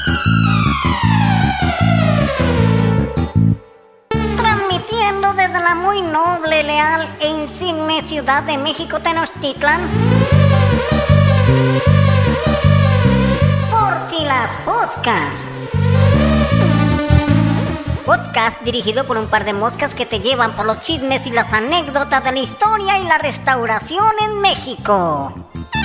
Transmitiendo desde la muy noble, leal e insigne ciudad de México, Tenochtitlan, Por si las Poscas. Podcast dirigido por un par de moscas que te llevan por los chismes y las anécdotas de la historia y la restauración en México.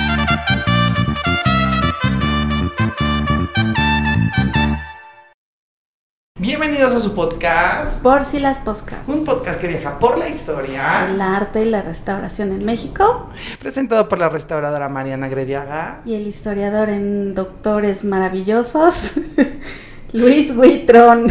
Bienvenidos a su podcast, Por si las Poscas. un podcast que viaja por la historia, El arte y la restauración en México. presentado por la restauradora Mariana Grediaga. Y el historiador en Doctores Maravillosos, Luis Huitrón.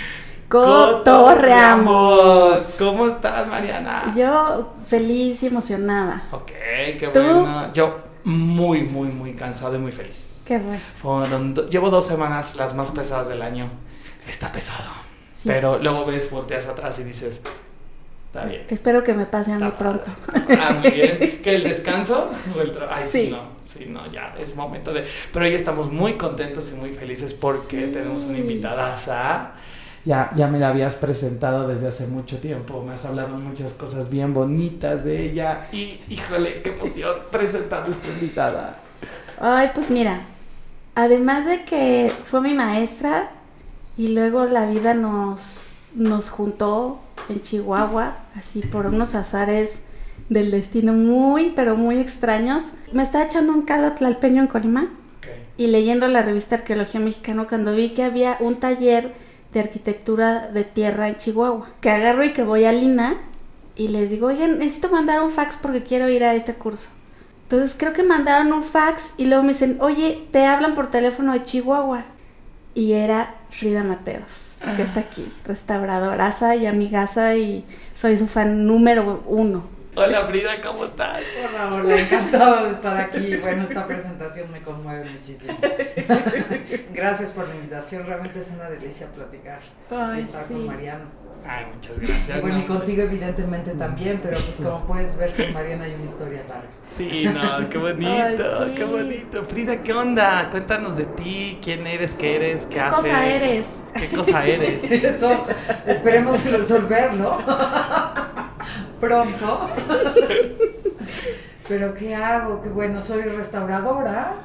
Cotorreamos. ¿Cómo estás, Mariana? Yo feliz y emocionada. Ok, qué ¿Tú? bueno. Yo muy cansado y muy feliz. Qué bueno. Llevo 2 semanas las más pesadas del año. Está pesado. Sí. Pero luego volteas atrás y dices, está bien. Espero que me pase a mí Está pronto. padre. Muy bien. ¿Que el descanso o el trabajo? Ay, Sí. sí, no, ya es momento de... Pero hoy estamos muy contentos y muy felices porque tenemos una invitada. Ya me la habías presentado desde hace mucho tiempo, me has hablado muchas cosas bien bonitas de ella y, híjole, qué emoción presentar a esta invitada. Ay, pues mira, además de que fue mi maestra y luego la vida nos juntó en Chihuahua, así por unos azares del destino pero muy extraños. Me estaba echando un caldo tlalpeño en Colima y leyendo la revista Arqueología Mexicana cuando vi que había un taller de arquitectura de tierra en Chihuahua, que agarro y que voy a Lina y les digo, oigan, necesito mandar un fax porque quiero ir a este curso. Entonces creo que mandaron un fax y luego me dicen, oye, te hablan por teléfono de Chihuahua. Y era Frida Mateos, que está aquí, restauradoraza y amigaza, y soy su fan número 1. Hola Frida, ¿cómo estás? Hola, encantado de estar aquí. Bueno, esta presentación me conmueve muchísimo. Gracias por la invitación, realmente es una delicia platicar y estar con Mariana. Ay, muchas gracias. Y bueno, y contigo evidentemente también, pero pues como puedes ver con Mariana hay una historia larga. Sí, no, qué bonito, Ay, sí. qué bonito. Frida, ¿qué onda? Cuéntanos de ti, quién eres, qué eres, qué haces. ¿Qué cosa eres? ¿Qué cosa eres? Eso esperemos resolverlo pronto. Pero ¿qué hago? Que bueno, soy restauradora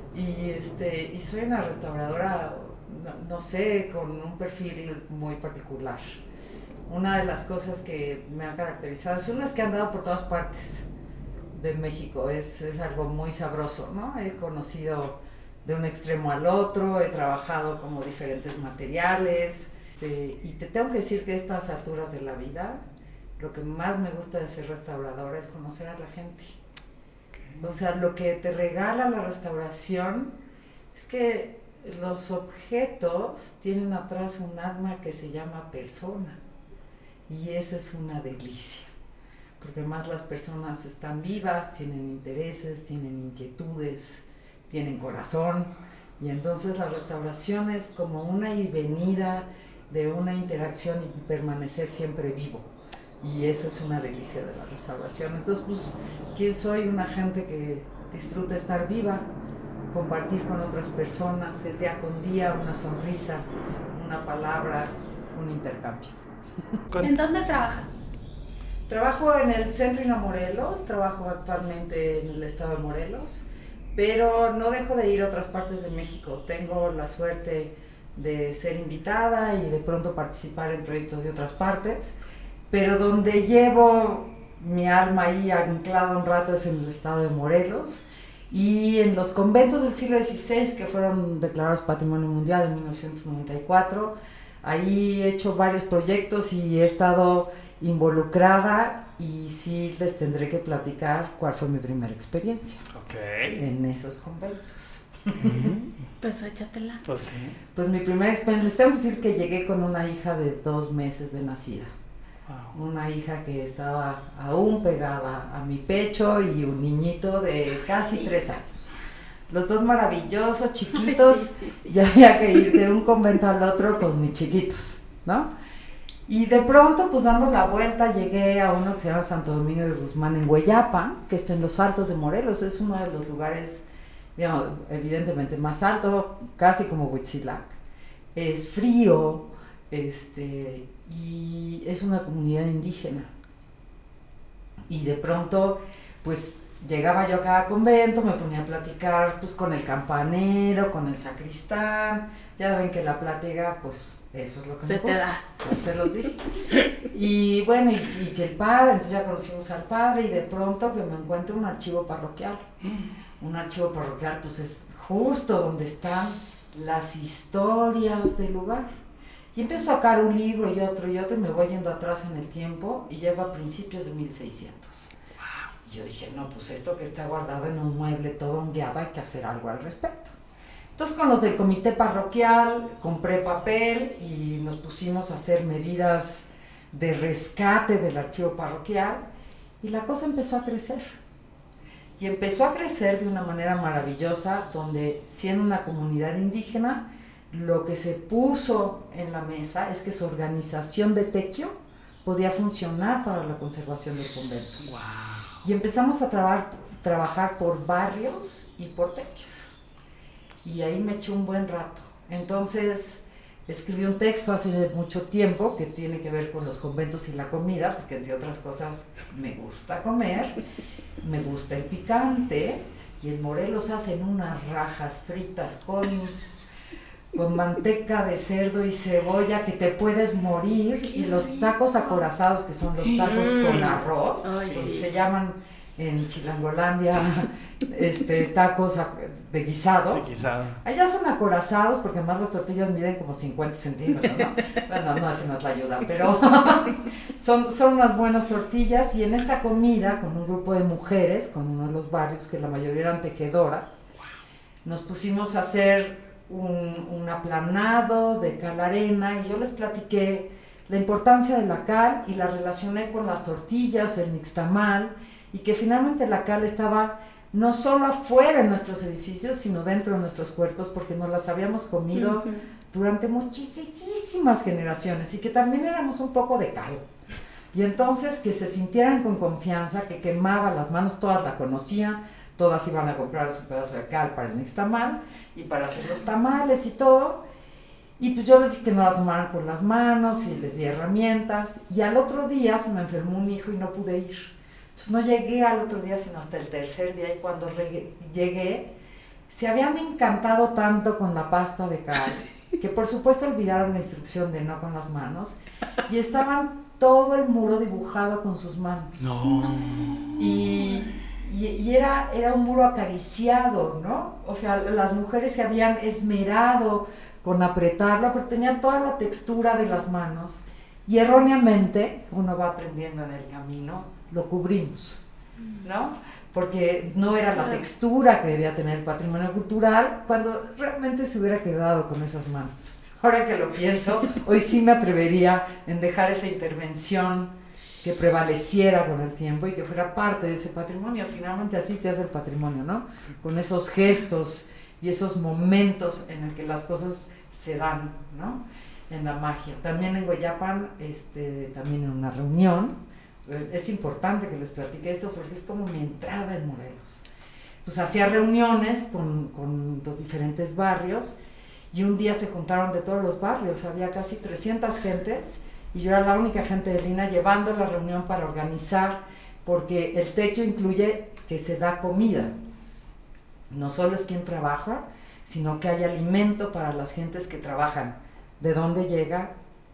y soy una restauradora, no sé, con un perfil muy particular. Una de las cosas que me ha caracterizado son las que han dado por todas partes de México. Es algo muy sabroso, ¿no? He conocido de un extremo al otro, he trabajado como diferentes materiales y te tengo que decir que a estas alturas de la vida lo que más me gusta de ser restauradora es conocer a la gente. O sea, lo que te regala la restauración es que los objetos tienen atrás un alma que se llama persona. Y esa es una delicia. Porque además las personas están vivas, tienen intereses, tienen inquietudes, tienen corazón. Y entonces la restauración es como una venida de una interacción y permanecer siempre vivo. Y eso es una delicia de la restauración. Entonces, pues, ¿quién soy? Una gente que disfruta estar viva, compartir con otras personas, el día con día, una sonrisa, una palabra, un intercambio. ¿En dónde trabajas? Trabajo en el centro INA Morelos, trabajo actualmente en el estado de Morelos, pero no dejo de ir a otras partes de México. Tengo la suerte de ser invitada y de pronto participar en proyectos de otras partes. Pero donde llevo mi alma ahí anclada un rato es en el estado de Morelos y en los conventos del siglo XVI que fueron declarados Patrimonio Mundial en 1994. Ahí he hecho varios proyectos y he estado involucrada y sí les tendré que platicar cuál fue mi primera experiencia en esos conventos. Pues échatela. Pues sí. Pues mi primera experiencia, les tengo que decir que llegué con una hija de 2 meses de nacida. Wow. Una hija que estaba aún pegada a mi pecho y un niñito de casi 3 años. Los dos maravillosos, chiquitos, ya había que ir de un convento al otro con mis chiquitos, ¿no? Y de pronto, pues dando la vuelta, llegué a uno que se llama Santo Domingo de Guzmán en Hueyapa, que está en los Altos de Morelos, es uno de los lugares digamos, evidentemente más alto, casi como Huitzilac, es frío, y es una comunidad indígena. Y de pronto, pues llegaba yo a cada convento, me ponía a platicar pues con el campanero, con el sacristán, ya ven que la plática, pues eso es lo que me gusta, pues se los dije. Y bueno, y que el padre, entonces ya conocimos al padre y de pronto que me encuentro un archivo parroquial. Un archivo parroquial pues es justo donde están las historias del lugar. Y empiezo a sacar un libro y otro, y me voy yendo atrás en el tiempo y llego a principios de 1600. Y yo dije, no, pues esto que está guardado en un mueble todo hongueado, hay que hacer algo al respecto. Entonces con los del comité parroquial compré papel y nos pusimos a hacer medidas de rescate del archivo parroquial y la cosa empezó a crecer. Y empezó a crecer de una manera maravillosa, donde siendo una comunidad indígena, lo que se puso en la mesa es que su organización de tequio podía funcionar para la conservación del convento. Wow. Y empezamos a trabajar por barrios y por tequios. Y ahí me eché un buen rato. Entonces escribí un texto hace mucho tiempo que tiene que ver con los conventos y la comida, porque entre otras cosas me gusta comer, me gusta el picante, y en Morelos hacen unas rajas fritas con manteca de cerdo y cebolla que te puedes morir, y los tacos acorazados, que son los tacos con arroz, se llaman en Chilangolandia tacos de guisado. De guisado. Allá son acorazados porque además las tortillas miden como 50 centímetros, ¿no? Bueno, no, eso no es la ayuda, pero son unas buenas tortillas. Y en esta comida, con un grupo de mujeres, con uno de los barrios que la mayoría eran tejedoras, nos pusimos a hacer un aplanado de cal arena, y yo les platiqué la importancia de la cal y la relacioné con las tortillas, el nixtamal, y que finalmente la cal estaba no solo afuera en nuestros edificios, sino dentro de nuestros cuerpos, porque nos las habíamos comido durante muchísimas generaciones, y que también éramos un poco de cal. Y entonces que se sintieran con confianza, que quemaba las manos, todas la conocían, todas iban a comprar su pedazo de cal para el nixtamal y para hacer los tamales y todo. Y pues yo les dije que no la tomaran con las manos y les di herramientas. Y al otro día se me enfermó un hijo y no pude ir. Entonces no llegué al otro día, sino hasta el tercer día, y cuando llegué, se habían encantado tanto con la pasta de cal, que por supuesto olvidaron la instrucción de no con las manos, y estaban todo el muro dibujado con sus manos. No. Y era un muro acariciado, ¿no? O sea, las mujeres se habían esmerado con apretarlo, pero tenía toda la textura de las manos, y erróneamente, uno va aprendiendo en el camino, lo cubrimos, ¿no? Porque no era la textura que debía tener el patrimonio cultural, cuando realmente se hubiera quedado con esas manos. Ahora que lo pienso, hoy sí me atrevería en dejar esa intervención que prevaleciera con el tiempo y que fuera parte de ese patrimonio. Finalmente así se hace el patrimonio, ¿no? Con esos gestos y esos momentos en el que las cosas se dan, ¿no? En la magia. También en Hueyapan, también en una reunión, es importante que les platique esto porque es como mi entrada en Morelos. Pues hacía reuniones con los diferentes barrios, y un día se juntaron de todos los barrios, había casi 300 gentes, y yo era la única gente de Lina llevando la reunión para organizar, porque el tequio incluye que se da comida. No solo es quien trabaja, sino que hay alimento para las gentes que trabajan. ¿De dónde llega?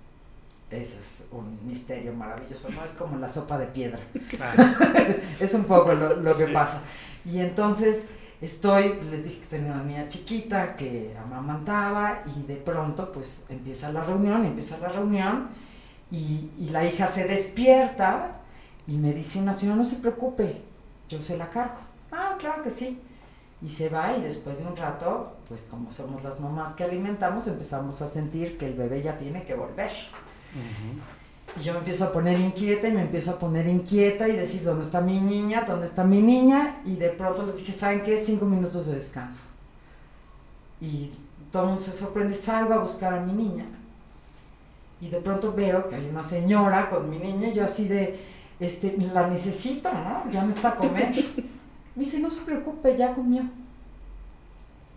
Eso es un misterio maravilloso, ¿no? Es como la sopa de piedra. Claro. Es un poco lo que pasa. Y entonces les dije que tenía una niña chiquita que amamantaba, y de pronto pues empieza la reunión, y la hija se despierta y me dice una señora, no se preocupe, yo se la cargo. Ah, claro que sí. Y se va, y después de un rato, pues como somos las mamás que alimentamos, empezamos a sentir que el bebé ya tiene que volver. Uh-huh. Y yo me empiezo a poner inquieta y decir, ¿dónde está mi niña? Y de pronto les dije, ¿saben qué? 5 minutos de descanso. Y todo el mundo se sorprende, salgo a buscar a mi niña. Y de pronto veo que hay una señora con mi niña, y yo así de, la necesito, ¿no? Ya me está a comer. Me dice, no se preocupe, ya comió.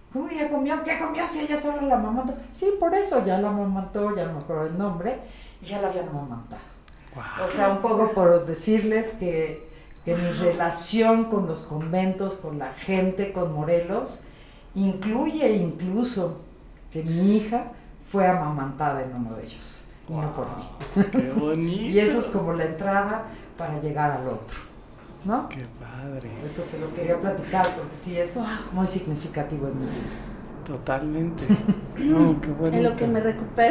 ¿Cómo que ya comió? ¿Qué comió si ella solo la amamantó? Sí, por eso ya la amamantó, ya no me acuerdo el nombre, y ya la habían amamantado. Wow. O sea, un poco por decirles que mi relación con los conventos, con la gente, con Morelos, incluye incluso que mi hija fue amamantada en uno de ellos, y no por mí. ¡Qué bonito! Y eso es como la entrada para llegar al otro, ¿no? ¡Qué padre! Eso se los quería platicar porque sí es muy significativo en mi vida. Totalmente. No, qué bonito. En lo que me recupero.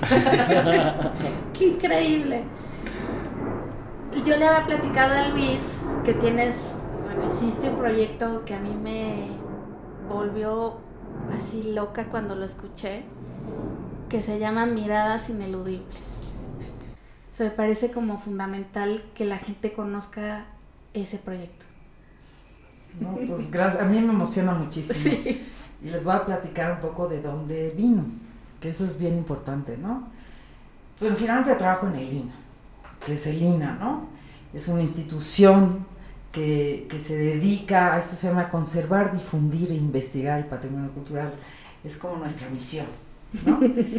¡Qué increíble! Yo le había platicado a Luis que hiciste un proyecto que a mí me volvió así loca cuando lo escuché, que se llama Miradas Ineludibles. O sea, me parece como fundamental que la gente conozca ese proyecto. No, pues gracias, a mí me emociona muchísimo. Sí. Y les voy a platicar un poco de dónde vino, que eso es bien importante, ¿no? Pues finalmente trabajo en el INA, que es el INA, ¿no? Es una institución que se dedica a esto, se llama conservar, difundir e investigar el patrimonio cultural. Es como nuestra misión, ¿no?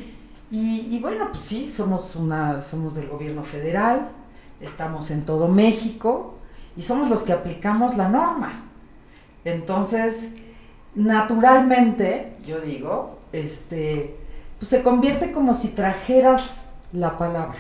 Y bueno, pues sí, somos del gobierno federal, estamos en todo México y somos los que aplicamos la norma. Entonces, naturalmente, yo digo, pues se convierte como si trajeras la palabra.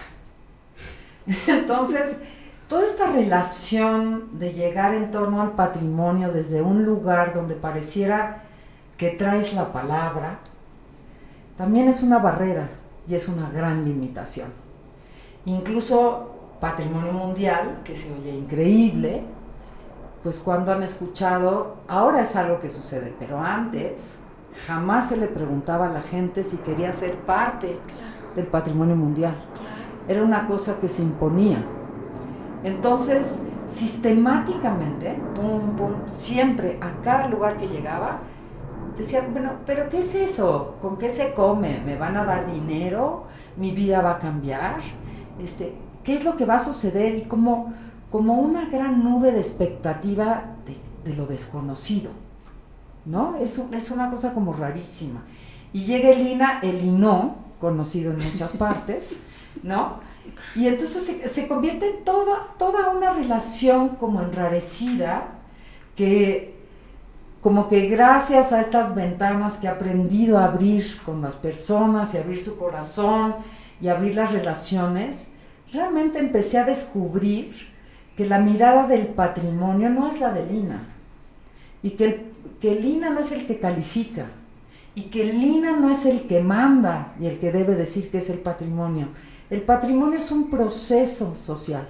Entonces, toda esta relación de llegar en torno al patrimonio desde un lugar donde pareciera que traes la palabra, también es una barrera y es una gran limitación. Incluso Patrimonio Mundial, que se oye increíble, pues cuando han escuchado, ahora es algo que sucede, pero antes jamás se le preguntaba a la gente si quería ser parte del Patrimonio Mundial. Era una cosa que se imponía. Entonces, sistemáticamente, pum, pum, siempre a cada lugar que llegaba, decían, bueno, ¿pero qué es eso? ¿Con qué se come? ¿Me van a dar dinero? ¿Mi vida va a cambiar? ¿Qué es lo que va a suceder? Y como una gran nube de expectativa de lo desconocido, ¿no? Es una cosa como rarísima. Y llega el INO, conocido en muchas partes, ¿no? Y entonces se convierte en toda una relación como enrarecida, que como que gracias a estas ventanas que he aprendido a abrir con las personas y abrir su corazón y abrir las relaciones, realmente empecé a descubrir que la mirada del patrimonio no es la del INA, y que el INA no es el que califica, y que el INA no es el que manda y el que debe decir que es el patrimonio. El patrimonio es un proceso social,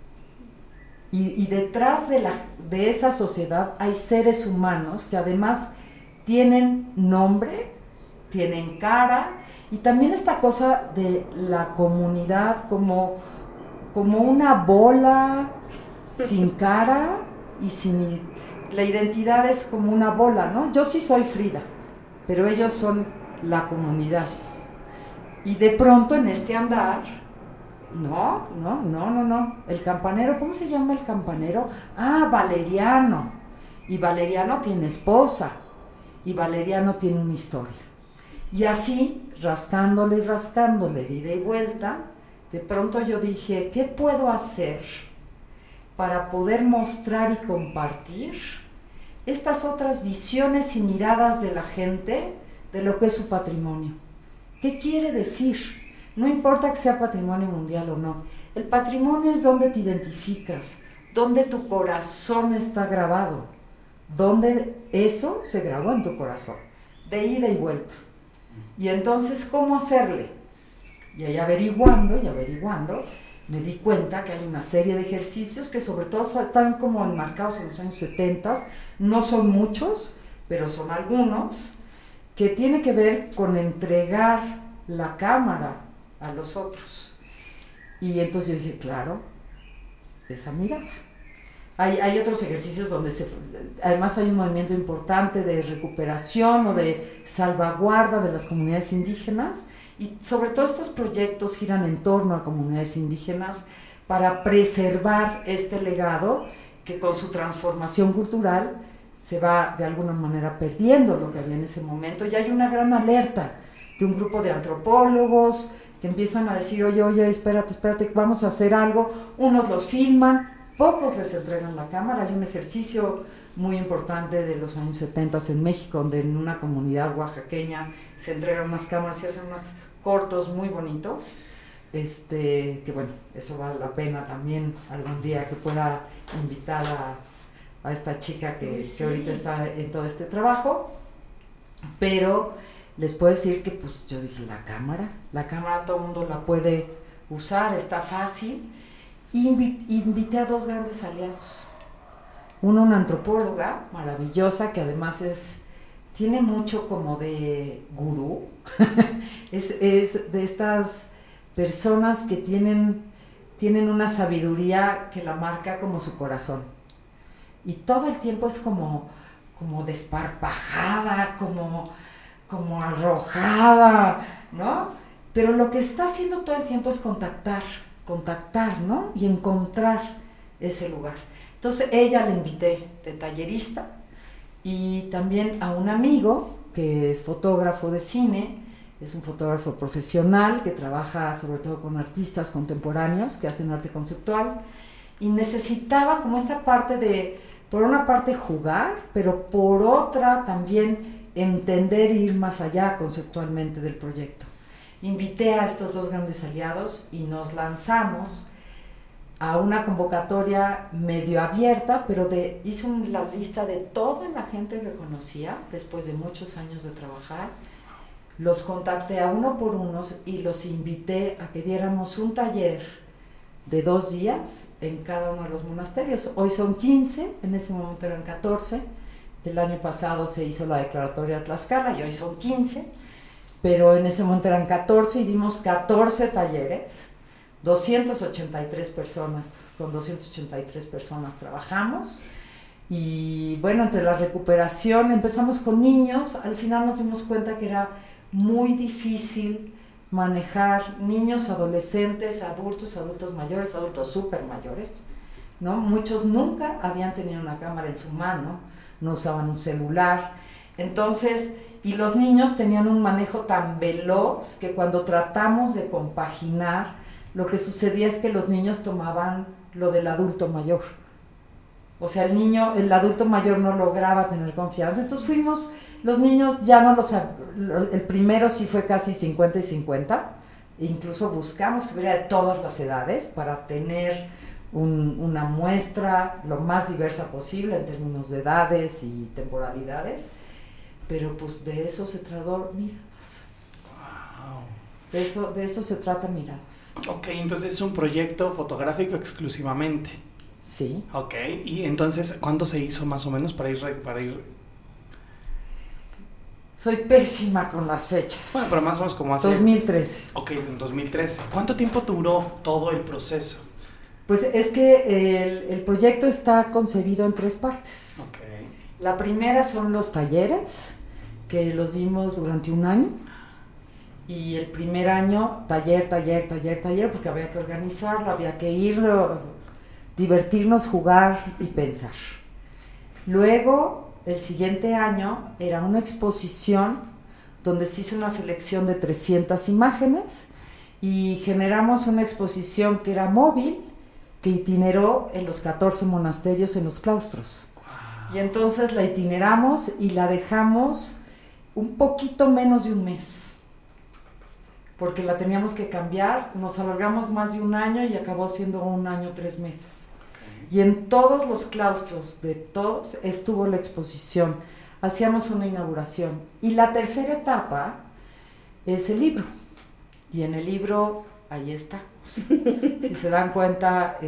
y detrás de esa sociedad hay seres humanos que además tienen nombre, tienen cara, y también esta cosa de la comunidad como una bola sin cara y sin... La identidad es como una bola, ¿no? Yo sí soy Frida, pero ellos son la comunidad. Y de pronto en este andar, no. El campanero, ¿cómo se llama el campanero? Ah, Valeriano. Y Valeriano tiene esposa. Y Valeriano tiene una historia. Y así, rascándole, de ida y vuelta, de pronto yo dije, ¿qué puedo hacer para poder mostrar y compartir estas otras visiones y miradas de la gente de lo que es su patrimonio? ¿Qué quiere decir? No importa que sea patrimonio mundial o no. El patrimonio es donde te identificas, donde tu corazón está grabado, donde eso se grabó en tu corazón, de ida y vuelta. Y entonces, ¿cómo hacerle? Y ahí averiguando, me di cuenta que hay una serie de ejercicios que sobre todo están como enmarcados en los años 70, no son muchos, pero son algunos, que tiene que ver con entregar la cámara a los otros. Y entonces yo dije, claro, esa mirada. Hay otros ejercicios donde además hay un movimiento importante de recuperación o de salvaguarda de las comunidades indígenas, y sobre todo estos proyectos giran en torno a comunidades indígenas para preservar este legado que con su transformación cultural se va de alguna manera perdiendo lo que había en ese momento, y hay una gran alerta de un grupo de antropólogos que empiezan a decir, oye, espérate, vamos a hacer algo. Unos los filman, pocos les entregan la cámara. Hay un ejercicio muy importante de los años 70 en México, donde en una comunidad oaxaqueña se entregan unas cámaras y hacen unos cortos muy bonitos, que bueno, eso vale la pena también algún día que pueda invitar a esta chica que ahorita está en todo este trabajo. Pero les puedo decir que pues yo dije, la cámara todo el mundo la puede usar, está fácil. Invité a 2 grandes aliados. Una antropóloga maravillosa que además tiene mucho como de gurú. es de estas personas que tienen una sabiduría que la marca como su corazón. Y todo el tiempo es como desparpajada, como arrojada, ¿no? Pero lo que está haciendo todo el tiempo es contactar, ¿no? Y encontrar ese lugar. Entonces ella la invité de tallerista, y también a un amigo que es fotógrafo de cine, es un fotógrafo profesional que trabaja sobre todo con artistas contemporáneos que hacen arte conceptual, y necesitaba como esta parte de, por una parte jugar, pero por otra también entender e ir más allá conceptualmente del proyecto. Invité a estos 2 grandes aliados y nos lanzamos a una convocatoria medio abierta, pero hice la lista de toda la gente que conocía después de muchos años de trabajar. Los contacté a uno por uno y los invité a que diéramos un taller de 2 días en cada uno de los monasterios. Hoy son 15, en ese momento eran 14. El año pasado se hizo la declaratoria de Tlaxcala y hoy son 15, pero en ese momento eran 14 y dimos 14 talleres, 283 personas, con 283 personas trabajamos. Y bueno, entre la recuperación empezamos con niños, al final nos dimos cuenta que era muy difícil manejar niños, adolescentes, adultos mayores, adultos súper mayores, ¿no? Muchos nunca habían tenido una cámara en su mano, no usaban un celular. Entonces, y los niños tenían un manejo tan veloz que cuando tratamos de compaginar, lo que sucedía es que los niños tomaban lo del adulto mayor. O sea, el adulto mayor no lograba tener confianza. Entonces los niños ya no el primero sí fue casi 50 y 50. Incluso buscamos que hubiera de todas las edades para tener una muestra lo más diversa posible en términos de edades y temporalidades. Pero pues de eso se trató Miradas. Wow. De eso se trata Miradas. Ok, entonces es un proyecto fotográfico exclusivamente. Sí. Ok, y entonces, ¿cuándo se hizo más o menos para ir? Soy pésima con las fechas. Bueno, pero más o menos como hace... 2013. Ok, en 2013. ¿Cuánto tiempo duró todo el proceso? Pues es que el proyecto está concebido en 3 partes. Ok. La primera son los talleres, que los dimos durante 1 año. Y el primer año, taller, porque había que organizarlo, había que irlo, divertirnos, jugar y pensar. Luego, el siguiente año, era una exposición donde se hizo una selección de 300 imágenes y generamos una exposición que era móvil, que itineró en los 14 monasterios en los claustros. Wow. Y entonces la itineramos y la dejamos un poquito menos de 1 mes. Porque la teníamos que cambiar, nos alargamos más de 1 año y acabó siendo 1 año 3 meses. Okay. Y en todos los claustros de todos estuvo la exposición. Hacíamos una inauguración. Y la tercera etapa es el libro. Y en el libro, ahí está. Si se dan cuenta,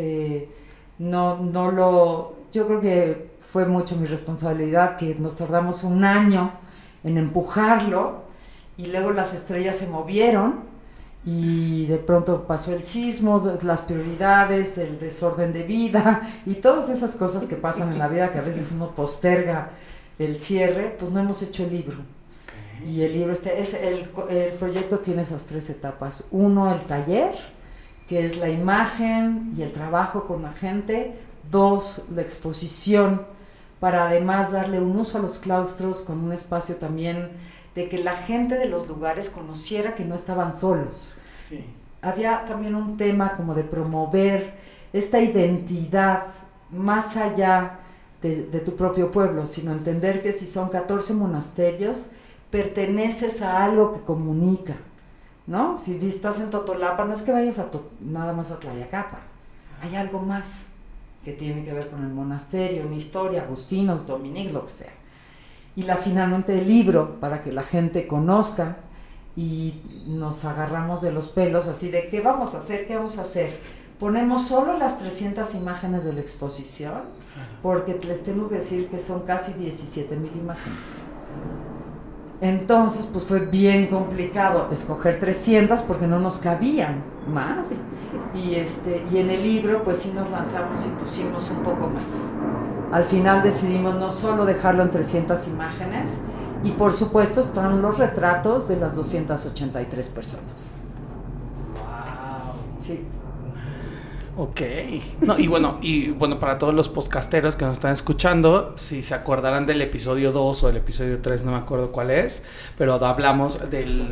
yo creo que fue mucho mi responsabilidad, que nos tardamos 1 año en empujarlo. Y luego las estrellas se movieron y de pronto pasó el sismo, las prioridades, el desorden de vida y todas esas cosas que pasan en la vida, que a veces uno posterga el cierre. Pues no hemos hecho el libro. Okay. Y el libro el proyecto tiene esas 3 etapas. 1, el taller, que es la imagen y el trabajo con la gente. 2, la exposición, para además darle un uso a los claustros con un espacio también de que la gente de los lugares conociera que no estaban solos. Sí. Había también un tema como de promover esta identidad más allá de tu propio pueblo, sino entender que si son 14 monasterios, perteneces a algo que comunica, ¿no? Si estás en Totolapa, no es que vayas nada más a Tlayacapa, hay algo más que tiene que ver con el monasterio, una historia, agustinos, dominicos, lo que sea. Y finalmente el libro, para que la gente conozca, y nos agarramos de los pelos, así de ¿qué vamos a hacer? ¿Qué vamos a hacer? Ponemos solo las 300 imágenes de la exposición, porque les tengo que decir que son casi 17,000 imágenes. Entonces, pues fue bien complicado escoger 300 porque no nos cabían más. Y en el libro, pues sí nos lanzamos y pusimos un poco más. Al final decidimos no solo dejarlo en 300 imágenes, y por supuesto están los retratos de las 283 personas. Wow. Sí. Ok. No, y bueno, para todos los podcasteros que nos están escuchando, si se acordarán del episodio 2 o el episodio 3, no me acuerdo cuál es, pero hablamos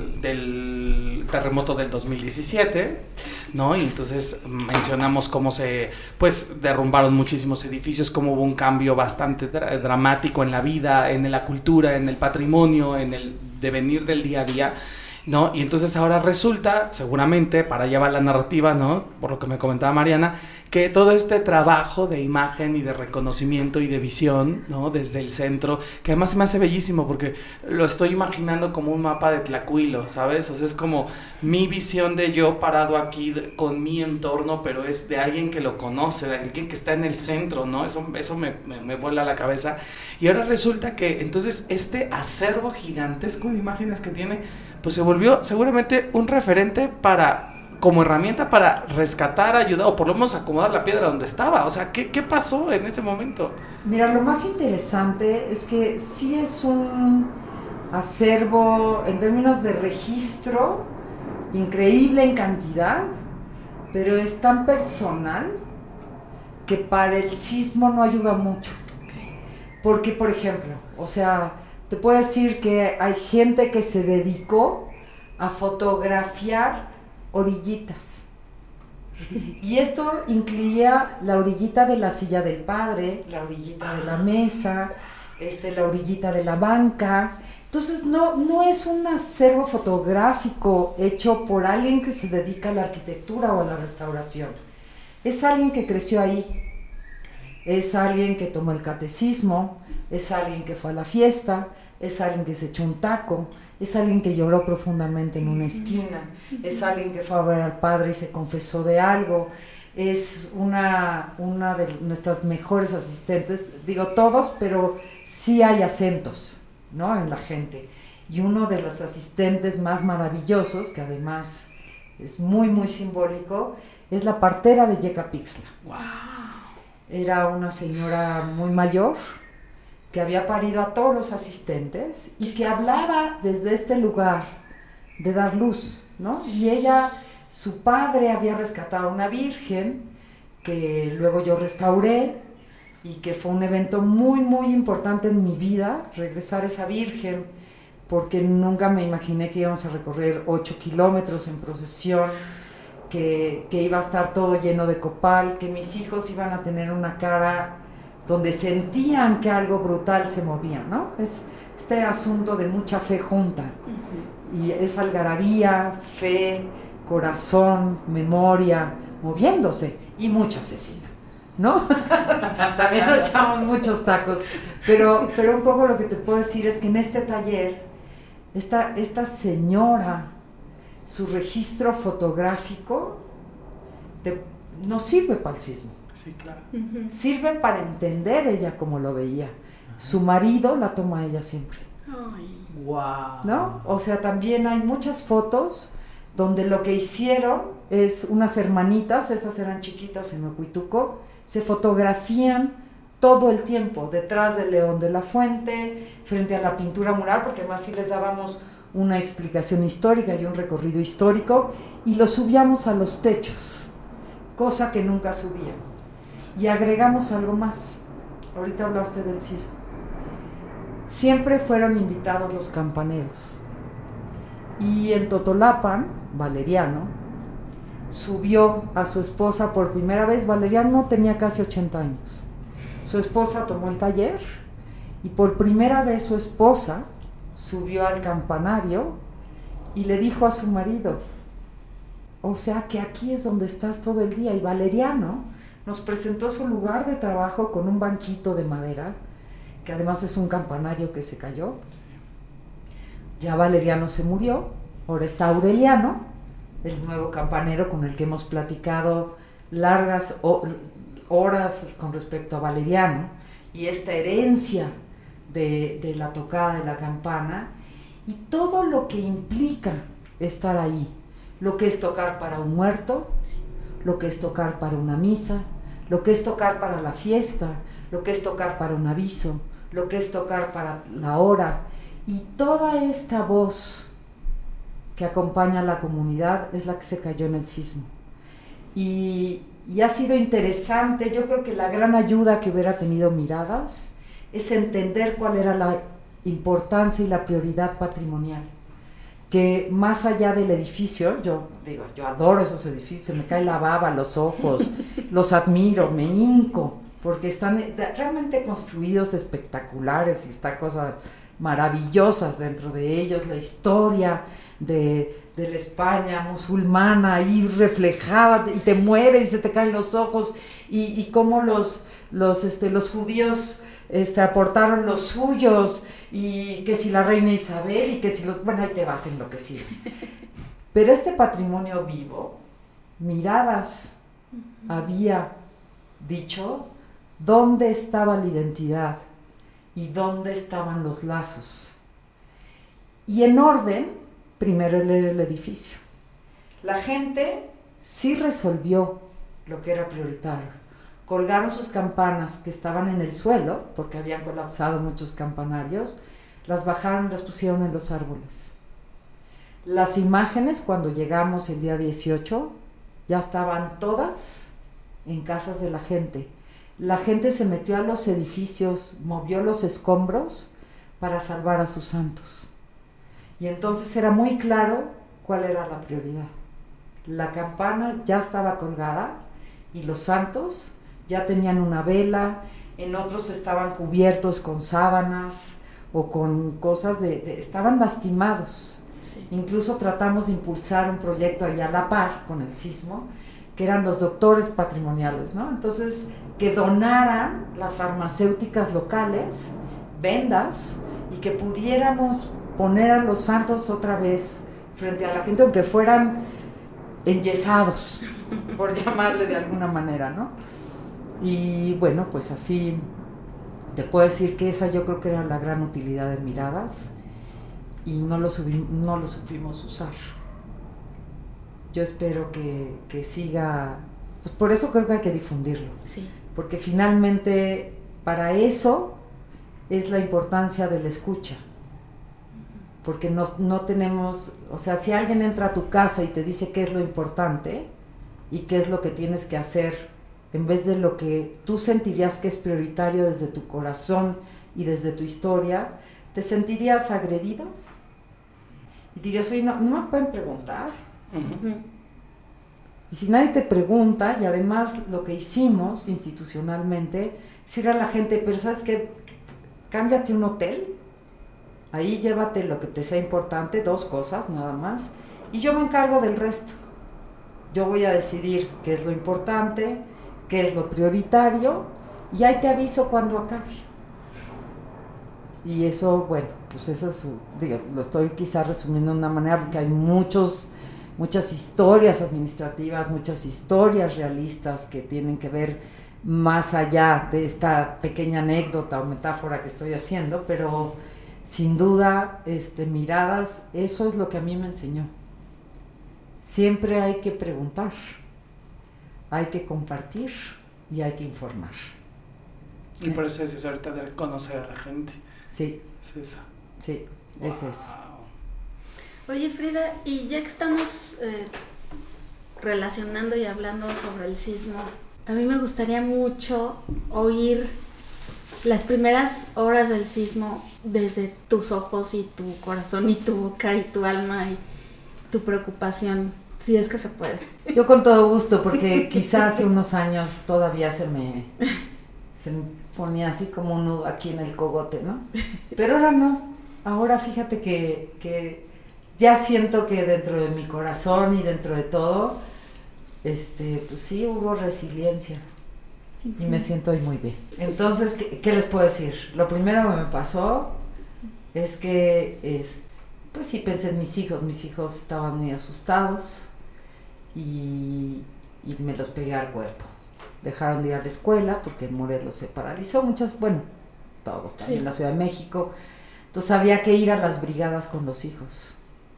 del terremoto del 2017, ¿no? Y entonces mencionamos cómo pues derrumbaron muchísimos edificios, cómo hubo un cambio bastante dramático en la vida, en la cultura, en el patrimonio, en el devenir del día a día, ¿no? Y entonces ahora resulta, seguramente, para allá va la narrativa, ¿no? Por lo que me comentaba Mariana, que todo este trabajo de imagen y de reconocimiento y de visión, ¿no? Desde el centro, que además se me hace bellísimo porque lo estoy imaginando como un mapa de Tlacuilo, ¿sabes? O sea, es como mi visión de yo parado aquí con mi entorno, pero es de alguien que lo conoce, de alguien que está en el centro, ¿no? Eso me vuela la cabeza. Y ahora resulta que entonces este acervo gigantesco de imágenes que tiene, pues se volvió seguramente un referente como herramienta para rescatar, ayudar o por lo menos acomodar la piedra donde estaba. O sea, ¿qué pasó en ese momento? Mira, lo más interesante es que sí es un acervo en términos de registro increíble en cantidad, pero es tan personal que para el sismo no ayuda mucho. Porque, por ejemplo, o sea, te puedo decir que hay gente que se dedicó a fotografiar orillitas. Y esto incluía la orillita de la silla del padre, la orillita de la mesa, la orillita de la banca. Entonces no es un acervo fotográfico hecho por alguien que se dedica a la arquitectura o a la restauración. Es alguien que creció ahí. Es alguien que tomó el catecismo, es alguien que fue a la fiesta, es alguien que se echó un taco, es alguien que lloró profundamente en una esquina, es alguien que fue a ver al padre y se confesó de algo, es una de nuestras mejores asistentes, digo todos, pero sí hay acentos, ¿no? En la gente. Y uno de los asistentes más maravillosos, que además es muy, muy simbólico, es la partera de Yecapixtla. ¡Wow! Era una señora muy mayor que había parido a todos los asistentes y que hablaba desde este lugar de dar luz, ¿no? Y su padre había rescatado a una virgen que luego yo restauré y que fue un evento muy, muy importante en mi vida, regresar a esa virgen, porque nunca me imaginé que íbamos a recorrer 8 kilómetros en procesión, que iba a estar todo lleno de copal, que mis hijos iban a tener una cara donde sentían que algo brutal se movía, ¿no? Es este asunto de mucha fe junta. Y es algarabía, fe, corazón, memoria, moviéndose, y mucha asesina, ¿no? También nos echamos muchos tacos, pero un poco lo que te puedo decir es que en este taller, esta señora, su registro fotográfico no sirve para el sismo. Sí, claro. Sirve para entender ella cómo lo veía. Su marido la toma ella siempre. Ay. Wow. ¿No? O sea, también hay muchas fotos donde lo que hicieron es unas hermanitas, esas eran chiquitas en Ocuituco, se fotografían todo el tiempo detrás del León de la Fuente, frente a la pintura mural, porque además sí les dábamos una explicación histórica y un recorrido histórico, y lo subíamos a los techos, cosa que nunca subían. Y agregamos algo más. ahorita hablaste del sismo. Siempre fueron invitados los campaneros. Y en Totolapan, Valeriano subió a su esposa por primera vez. Valeriano tenía casi 80 años. Su esposa tomó el taller y por primera vez su esposa subió al campanario y le dijo a su marido, o sea que aquí es donde estás todo el día. Y Valeriano nos presentó su lugar de trabajo con un banquito de madera, que además es un campanario que se cayó. Ya Valeriano se murió, ahora está Aureliano, el nuevo campanero con el que hemos platicado largas horas con respecto a Valeriano, y esta herencia de la tocada de la campana, y todo lo que implica estar ahí, lo que es tocar para un muerto, lo que es tocar para una misa, lo que es tocar para la fiesta, lo que es tocar para un aviso, lo que es tocar para la hora, y toda esta voz que acompaña a la comunidad es la que se cayó en el sismo. Y ha sido interesante. Yo creo que la gran ayuda que hubiera tenido Miradas es entender cuál era la importancia y la prioridad patrimonial, que más allá del edificio, yo adoro esos edificios, me cae la baba a los ojos, los admiro, me hinco, porque están realmente construidos espectaculares y están cosas maravillosas dentro de ellos, la historia de la España musulmana ahí reflejada, y te mueres y se te caen los ojos, y cómo los judíos aportaron los suyos, y que si la reina Isabel, y que si bueno, ahí te vas enloquecido. Pero este patrimonio vivo, Miradas había dicho dónde estaba la identidad y dónde estaban los lazos. Y en orden, primero el edificio. La gente sí resolvió lo que era prioritario. Colgaron sus campanas que estaban en el suelo, porque habían colapsado muchos campanarios, las bajaron y las pusieron en los árboles. Las imágenes, cuando llegamos el día 18, ya estaban todas en casas de la gente. La gente se metió a los edificios, movió los escombros para salvar a sus santos. Y entonces era muy claro cuál era la prioridad. La campana ya estaba colgada y los santos ya tenían una vela, en otros estaban cubiertos con sábanas o con cosas estaban lastimados. Sí. Incluso tratamos de impulsar un proyecto allá a la par con el sismo, que eran los doctores patrimoniales, ¿no? Entonces, que donaran las farmacéuticas locales vendas y que pudiéramos poner a los santos otra vez frente a la gente, aunque fueran enyesados, por llamarle de alguna manera, ¿no? Y bueno, pues así te puedo decir que esa yo creo que era la gran utilidad de Miradas, y no lo supimos usar. Yo espero que siga, pues por eso creo que hay que difundirlo. Sí. Porque finalmente para eso es la importancia de la escucha. Porque no tenemos, o sea, si alguien entra a tu casa y te dice qué es lo importante y qué es lo que tienes que hacer, en vez de lo que tú sentirías que es prioritario desde tu corazón y desde tu historia, te sentirías agredido y dirías, oye, no me pueden preguntar. Uh-huh. Y si nadie te pregunta, y además lo que hicimos institucionalmente, decirle a la gente, pero ¿sabes qué? Cámbiate un hotel, ahí llévate lo que te sea importante, 2 cosas nada más, y yo me encargo del resto. Yo voy a decidir qué es lo importante, qué es lo prioritario, y ahí te aviso cuando acabe. Y eso, bueno, pues eso es, lo estoy quizás resumiendo de una manera, porque hay muchas historias administrativas, muchas historias realistas que tienen que ver más allá de esta pequeña anécdota o metáfora que estoy haciendo, pero sin duda, Miradas, eso es lo que a mí me enseñó. Siempre hay que preguntar, hay que compartir y hay que informar. Y por eso es eso ahorita de conocer a la gente. Sí. Es eso. Sí, wow. Es eso. Oye, Frida, y ya que estamos relacionando y hablando sobre el sismo, a mí me gustaría mucho oír Las primeras horas del sismo, desde tus ojos y tu corazón y tu boca y tu alma y tu preocupación, si es que se puede. Yo con todo gusto, porque quizás hace unos años todavía se me ponía así como un nudo aquí en el cogote, ¿no? Pero ahora no. Ahora fíjate que ya siento que dentro de mi corazón y dentro de todo, pues sí hubo resiliencia. Y me siento hoy muy bien. Entonces, ¿qué les puedo decir? Lo primero que me pasó es que, pues sí, pensé en mis hijos estaban muy asustados y me los pegué al cuerpo. Dejaron de ir a la escuela porque en Morelos se paralizó, todos, también en la Ciudad de México. Entonces había que ir a las brigadas con los hijos.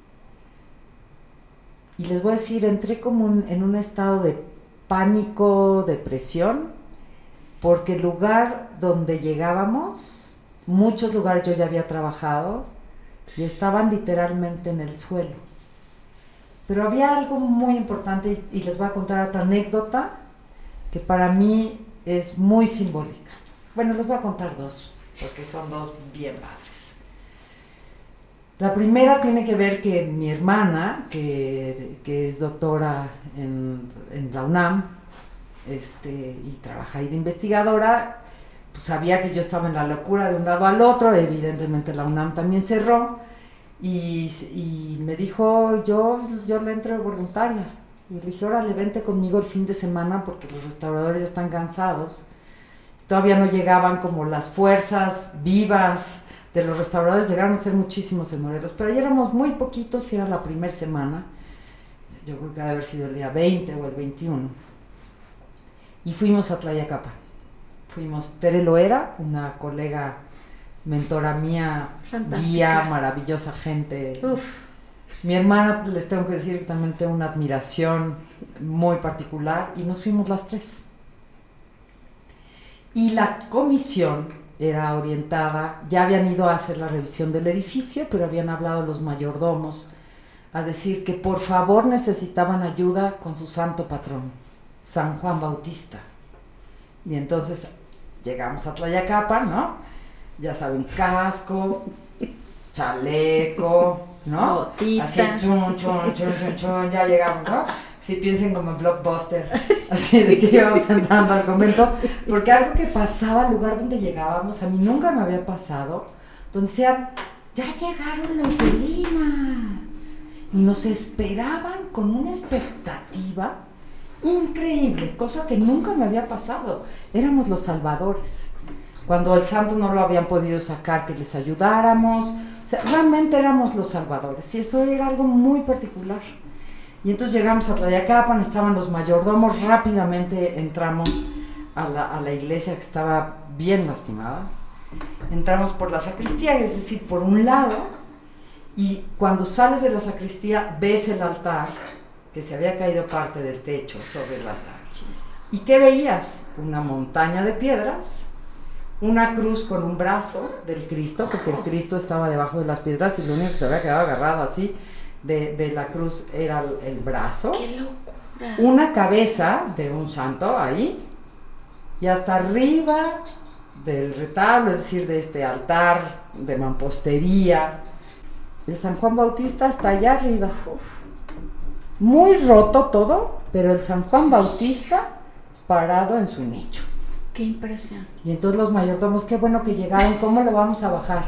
Y les voy a decir, entré como en un estado de pánico, depresión, porque el lugar donde llegábamos, muchos lugares yo ya había trabajado y estaban literalmente en el suelo. Pero había algo muy importante y les voy a contar otra anécdota que para mí es muy simbólica. Bueno, les voy a contar dos, porque son dos bien padres. La primera tiene que ver que mi hermana, que es doctora en la UNAM, y trabaja ahí de investigadora, pues sabía que yo estaba en la locura de un lado al otro. Evidentemente la UNAM también cerró y me dijo, yo le entro de voluntaria. Y le dije, órale, vente conmigo el fin de semana porque los restauradores ya están cansados. Todavía no llegaban como las fuerzas vivas de los restauradores, llegaron a ser muchísimos en Morelos, pero ya éramos muy poquitos y era la primera semana. Yo creo que ha de haber sido el día 20 o el 21. Y fuimos a Tlayacapan. Fuimos Tere Loera, una colega, mentora mía, fantástica, guía, maravillosa gente. Uf. Mi hermana, les tengo que decir que también tengo una admiración muy particular, y nos fuimos las tres. Y la comisión era orientada, ya habían ido a hacer la revisión del edificio, pero habían hablado los mayordomos a decir que por favor necesitaban ayuda con su santo patrón, San Juan Bautista. Y entonces llegamos a Tlayacapan, ¿no? Ya saben, casco, chaleco, ¿no? Botita. Así, chun, ya llegamos, ¿no? Sí, piensen como en Blockbuster, así de que íbamos entrando al convento, porque algo que pasaba al lugar donde llegábamos, a mí nunca me había pasado, donde decían, ya llegaron los de Lima, y nos esperaban con una expectativa increíble, cosa que nunca me había pasado. Éramos los salvadores. Cuando el santo no lo habían podido sacar, que les ayudáramos. O sea, realmente éramos los salvadores. Y eso era algo muy particular. Y entonces llegamos a Tlayacapan, estaban los mayordomos. Rápidamente entramos a la iglesia, que estaba bien lastimada. Entramos por la sacristía, es decir, por un lado. Y cuando sales de la sacristía, ves el altar, que se había caído parte del techo sobre el altar. ¿Y qué veías? Una montaña de piedras, una cruz con un brazo del Cristo, porque el Cristo estaba debajo de las piedras y lo único que se había quedado agarrado así de la cruz era el brazo. ¡Qué locura! Una cabeza de un santo ahí, y hasta arriba del retablo, es decir, de este altar de mampostería, el San Juan Bautista está allá arriba. Muy roto todo, pero el San Juan Bautista parado en su nicho. ¡Qué impresión! Y entonces los mayordomos, qué bueno que llegaron, ¿cómo lo vamos a bajar?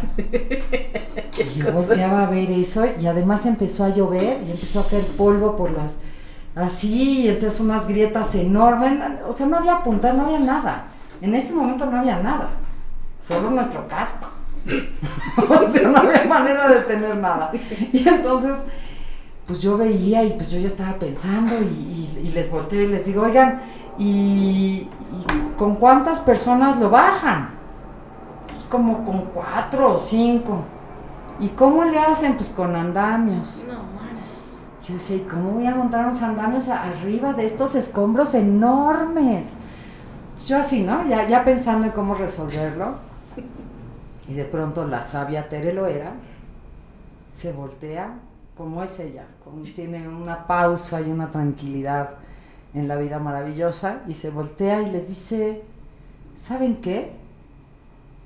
Y yo volteaba a ver eso, y además empezó a llover y empezó a caer polvo por las... Así, y entonces unas grietas enormes, o sea, no había punta, no había nada. En ese momento no había nada, solo nuestro casco. O sea, no había manera de tener nada. Y entonces, pues yo veía y pues yo ya estaba pensando y les volteo y les digo, oigan, ¿y con cuántas personas lo bajan? Pues como con 4 o 5. ¿Y cómo le hacen? Pues con andamios. No, man. Yo decía, ¿y cómo voy a montar unos andamios arriba de estos escombros enormes? Yo así, ¿no? Ya pensando en cómo resolverlo. Y de pronto la sabia Tere Loera se voltea, como es ella, tiene una pausa y una tranquilidad en la vida maravillosa, y se voltea y les dice, ¿saben qué?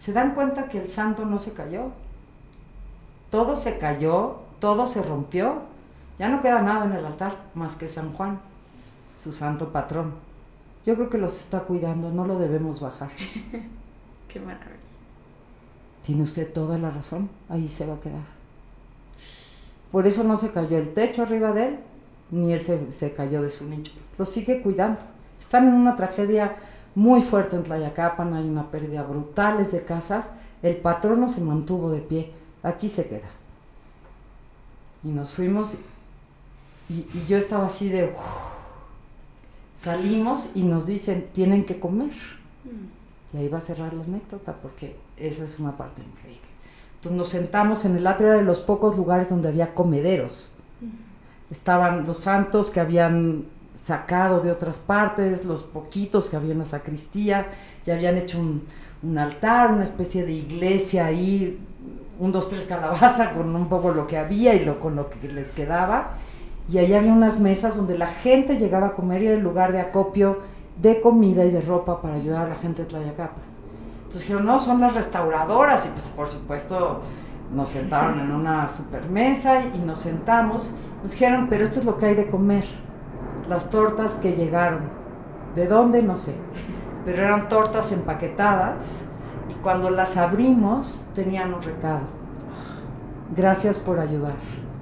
¿Se dan cuenta que el santo no se cayó? Todo se cayó, todo se rompió. Ya no queda nada en el altar más que San Juan, su santo patrón. Yo creo que los está cuidando, no lo debemos bajar. Qué maravilla. Tiene usted toda la razón, ahí se va a quedar. Por eso no se cayó el techo arriba de él, ni él se cayó de su nicho. Lo sigue cuidando. Están en una tragedia muy fuerte en Tlayacapan, hay una pérdida brutal de casas. El patrono se mantuvo de pie, aquí se queda. Y nos fuimos y yo estaba así de... Salimos y nos dicen, tienen que comer. Y ahí va a cerrar la anécdota porque esa es una parte increíble. Entonces nos sentamos en el atrio, era de los pocos lugares donde había comederos. Estaban los santos que habían sacado de otras partes, los poquitos que había en la sacristía, ya habían hecho un altar, una especie de iglesia ahí, 1, 2, 3 calabaza con un poco lo que había y con lo que les quedaba. Y ahí había unas mesas donde la gente llegaba a comer y era el lugar de acopio de comida y de ropa para ayudar a la gente de Tlayacapan. Entonces dijeron, no, son las restauradoras. Y pues por supuesto nos sentaron en una super mesa y nos sentamos. Nos dijeron, pero esto es lo que hay de comer. Las tortas que llegaron. ¿De dónde? No sé. Pero eran tortas empaquetadas y cuando las abrimos tenían un recado. Gracias por ayudar.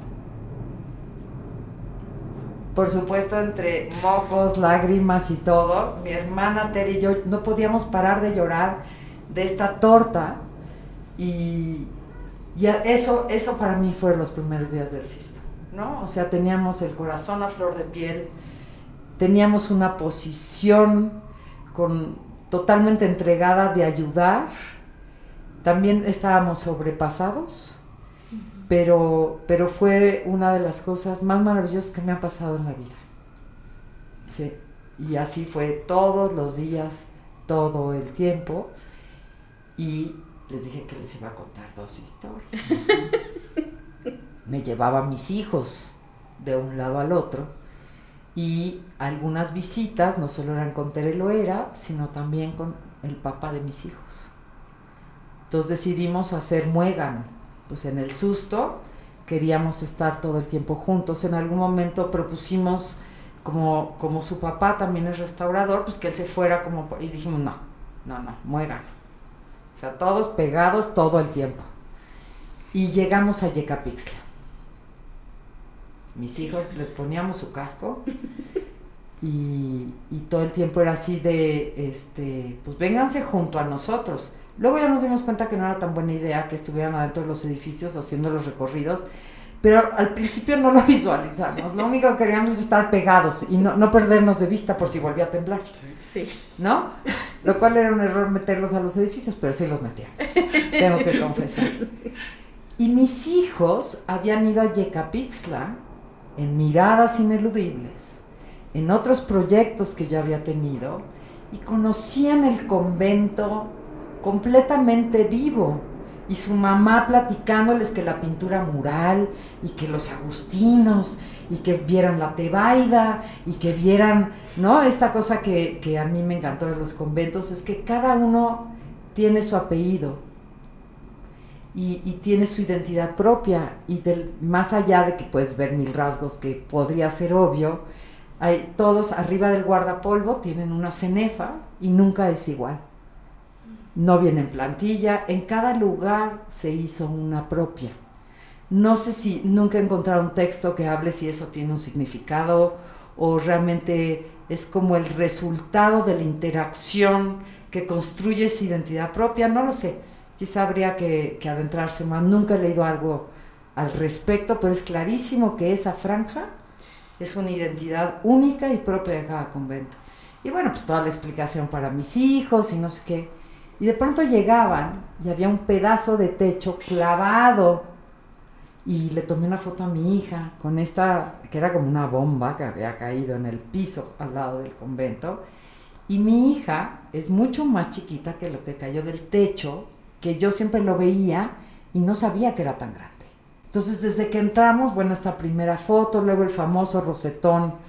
Por supuesto, entre mocos, lágrimas y todo, mi hermana Tere y yo no podíamos parar de llorar de esta torta y eso para mí fueron los primeros días del cisma, ¿no? O sea, teníamos el corazón a flor de piel, teníamos una posición totalmente entregada de ayudar, también estábamos sobrepasados. Pero fue una de las cosas más maravillosas que me han pasado en la vida. Sí, y así fue todos los días, todo el tiempo. Y les dije que les iba a contar 2 historias. Me llevaba a mis hijos de un lado al otro. Y algunas visitas, no solo eran con Tere Loera, sino también con el papá de mis hijos. Entonces decidimos hacer muégano. Pues en el susto queríamos estar todo el tiempo juntos. En algún momento propusimos, como su papá también es restaurador, pues que él se fuera y dijimos, no, muégano. O sea, todos pegados todo el tiempo. Y llegamos a Yecapixtla. Mis hijos les poníamos su casco y todo el tiempo era así de, pues vénganse junto a nosotros. Luego ya nos dimos cuenta que no era tan buena idea que estuvieran adentro de los edificios haciendo los recorridos, pero al principio no lo visualizamos. Lo único que queríamos es estar pegados y no perdernos de vista por si volvía a temblar. Sí. ¿No? Lo cual era un error meterlos a los edificios, pero sí los metíamos. Tengo que confesar. Y mis hijos habían ido a Yecapixtla en Miradas Ineludibles, en otros proyectos que yo había tenido, y conocían el convento completamente vivo, y su mamá platicándoles que la pintura mural y que los agustinos y que vieran la Tebaida y que vieran, ¿no? Esta cosa que a mí me encantó de los conventos es que cada uno tiene su apellido y tiene su identidad propia y más allá de que puedes ver 1000 rasgos que podría ser obvio, hay todos arriba del guardapolvo tienen una cenefa y nunca es igual. No viene en plantilla, en cada lugar se hizo una propia. No sé si nunca he encontrado un texto que hable si eso tiene un significado o realmente es como el resultado de la interacción que construye esa identidad propia, no lo sé. Quizá habría que adentrarse más. Nunca he leído algo al respecto, pero es clarísimo que esa franja es una identidad única y propia de cada convento. Y bueno, pues toda la explicación para mis hijos y no sé qué. Y de pronto llegaban y había un pedazo de techo clavado y le tomé una foto a mi hija con esta, que era como una bomba que había caído en el piso al lado del convento, y mi hija es mucho más chiquita que lo que cayó del techo, que yo siempre lo veía y no sabía que era tan grande. Entonces desde que entramos, bueno, esta primera foto, luego el famoso rosetón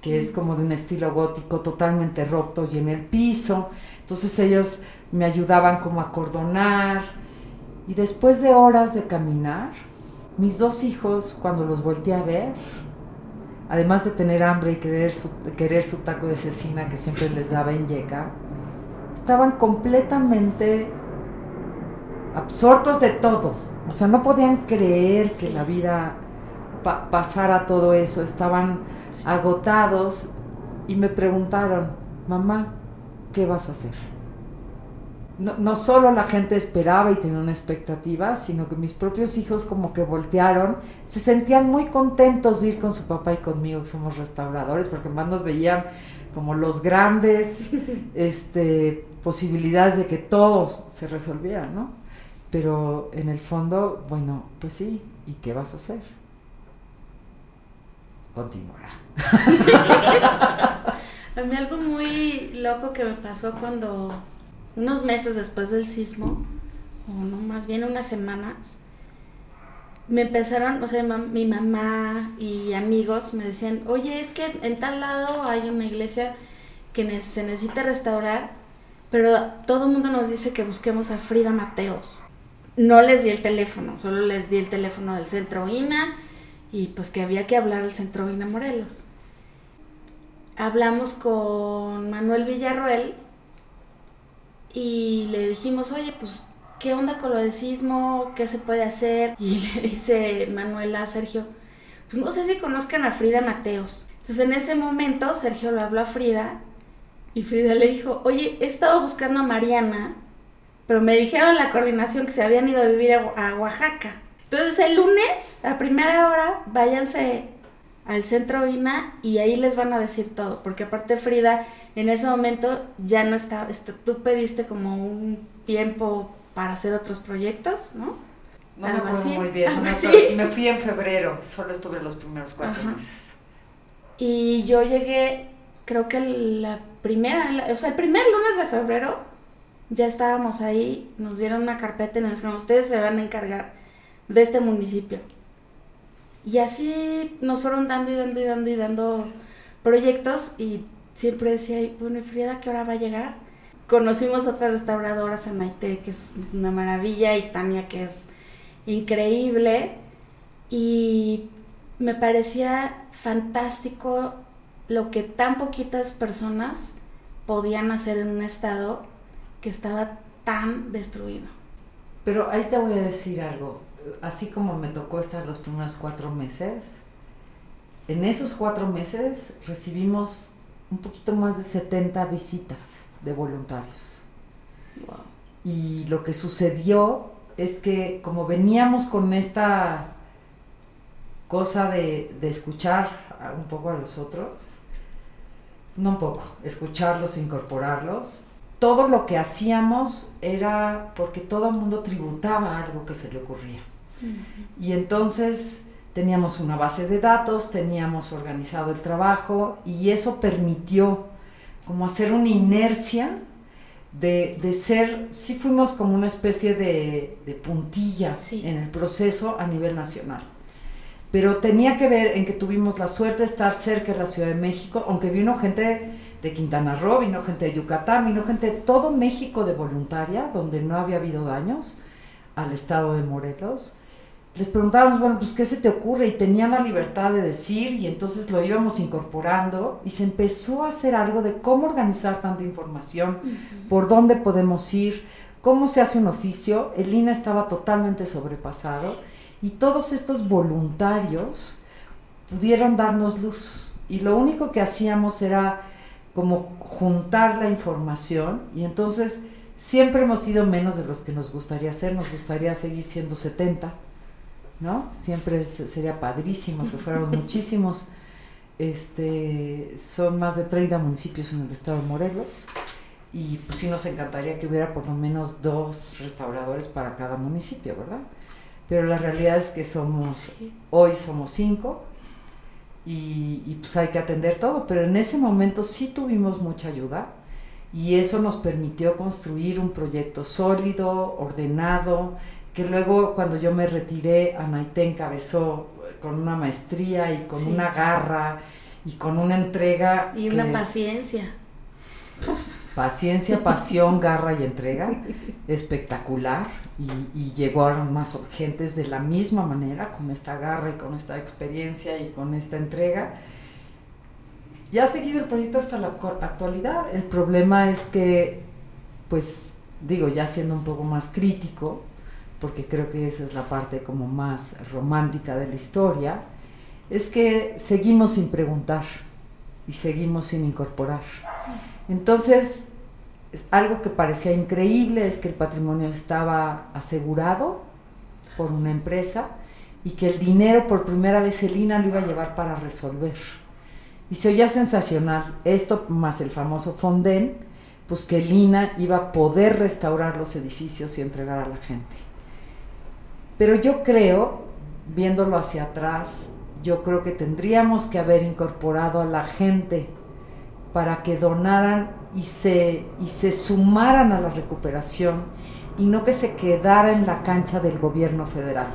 que es como de un estilo gótico totalmente roto y en el piso. Entonces ellos me ayudaban como a acordonar. Y después de horas de caminar, mis 2 hijos, cuando los volteé a ver, además de tener hambre y querer su taco de cecina que siempre les daba en Yeca, estaban completamente absortos de todo. O sea, no podían creer que la vida pasara todo eso. Estaban agotados y me preguntaron, mamá, ¿qué vas a hacer? No solo la gente esperaba y tenía una expectativa, sino que mis propios hijos como que voltearon, se sentían muy contentos de ir con su papá y conmigo, que somos restauradores, porque más nos veían como los grandes posibilidades de que todo se resolviera, ¿no? Pero en el fondo, bueno, pues sí, ¿y qué vas a hacer? Continuará. A mí algo muy loco que me pasó cuando, unos meses después del sismo, o no, más bien unas semanas, me empezaron, o sea, mi mamá y amigos me decían, oye, es que en tal lado hay una iglesia que se necesita restaurar, pero todo el mundo nos dice que busquemos a Frida Mateos. No les di el teléfono, solo les di el teléfono del Centro INA y pues que había que hablar al Centro INA Morelos. Hablamos con Manuel Villarroel y le dijimos, oye, pues, ¿qué onda con lo del sismo? ¿Qué se puede hacer? Y le dice Manuel a Sergio, pues no sé si conozcan a Frida Mateos. Entonces en ese momento Sergio le habló a Frida y Frida le dijo, oye, he estado buscando a Mariana, pero me dijeron en la coordinación que se habían ido a vivir a Oaxaca. Entonces el lunes, a primera hora, váyanse al Centro INA y ahí les van a decir todo, porque aparte Frida en ese momento ya no estaba, tú pediste como un tiempo para hacer otros proyectos, ¿no? No me acuerdo muy bien, me fui en febrero, solo estuve los primeros 4 meses. Y yo llegué, creo que el primer lunes de febrero, ya estábamos ahí, nos dieron una carpeta y nos dijeron, ustedes se van a encargar de este municipio. Y así nos fueron dando proyectos y siempre decía, bueno, ¿y Frida qué hora va a llegar? Conocimos otras restauradoras, a Maite, que es una maravilla, y Tania, que es increíble, y me parecía fantástico lo que tan poquitas personas podían hacer en un estado que estaba tan destruido. Pero ahí te voy a decir algo. Así como me tocó estar los primeros 4 meses, en esos 4 meses recibimos un poquito más de 70 visitas de voluntarios. Wow. Y lo que sucedió es que como veníamos con esta cosa de escuchar un poco a los otros, no un poco, escucharlos, incorporarlos, todo lo que hacíamos era porque todo el mundo tributaba algo que se le ocurría. Y entonces teníamos una base de datos, teníamos organizado el trabajo y eso permitió como hacer una inercia de ser, sí fuimos como una especie de puntilla en el proceso a nivel nacional. Pero tenía que ver en que tuvimos la suerte de estar cerca de la Ciudad de México, aunque vino gente de Quintana Roo, vino gente de Yucatán, vino gente de todo México de voluntaria, donde no había habido daños al estado de Morelos. Les preguntábamos, bueno, pues, ¿qué se te ocurre? Y tenían la libertad de decir, y entonces lo íbamos incorporando, y se empezó a hacer algo de cómo organizar tanta información, por dónde podemos ir, cómo se hace un oficio. El INA estaba totalmente sobrepasado, y todos estos voluntarios pudieron darnos luz, y lo único que hacíamos era como juntar la información, y entonces siempre hemos sido menos de los que nos gustaría ser, nos gustaría seguir siendo 70, ¿no? Siempre sería padrísimo que fuéramos muchísimos. Son más de 30 municipios en el estado de Morelos, y pues sí nos encantaría que hubiera por lo menos 2 restauradores para cada municipio, ¿verdad? Pero la realidad es que hoy somos 5, y pues hay que atender todo, pero en ese momento sí tuvimos mucha ayuda, y eso nos permitió construir un proyecto sólido, ordenado, que luego cuando yo me retiré, Anaité encabezó con una maestría y con una garra y con una entrega y una paciencia. Paciencia, pasión, garra y entrega espectacular, y llegó a más gentes de la misma manera, con esta garra y con esta experiencia y con esta entrega, y ha seguido el proyecto hasta la actualidad. El problema es que, pues digo, ya siendo un poco más crítico, porque creo que esa es la parte como más romántica de la historia, es que seguimos sin preguntar y seguimos sin incorporar. Entonces, algo que parecía increíble es que el patrimonio estaba asegurado por una empresa y que el dinero por primera vez el INAH lo iba a llevar para resolver. Y se oía sensacional, esto más el famoso Fonden, pues que el INAH iba a poder restaurar los edificios y entregar a la gente. Pero yo creo, viéndolo hacia atrás, yo creo que tendríamos que haber incorporado a la gente para que donaran y se sumaran a la recuperación, y no que se quedara en la cancha del gobierno federal.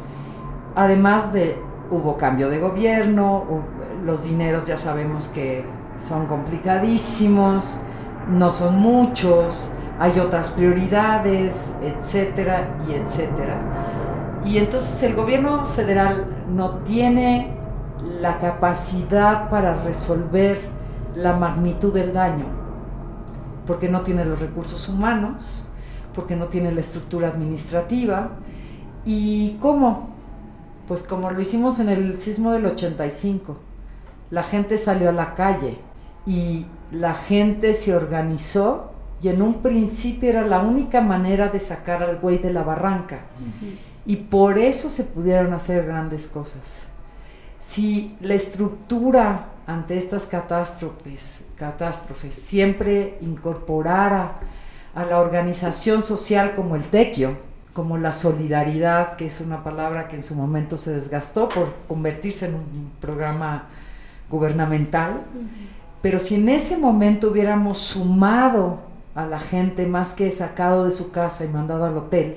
Además hubo cambio de gobierno, los dineros ya sabemos que son complicadísimos, no son muchos, hay otras prioridades, etcétera y etcétera. Y entonces el gobierno federal no tiene la capacidad para resolver la magnitud del daño, porque no tiene los recursos humanos, porque no tiene la estructura administrativa. ¿Y cómo? Pues como lo hicimos en el sismo del 85, la gente salió a la calle y la gente se organizó, y en un principio era la única manera de sacar al güey de la barranca, y por eso se pudieron hacer grandes cosas. Si la estructura ante estas catástrofes siempre incorporara a la organización social como el tequio, como la solidaridad, que es una palabra que en su momento se desgastó por convertirse en un programa gubernamental, pero si en ese momento hubiéramos sumado a la gente más que sacado de su casa y mandado al hotel,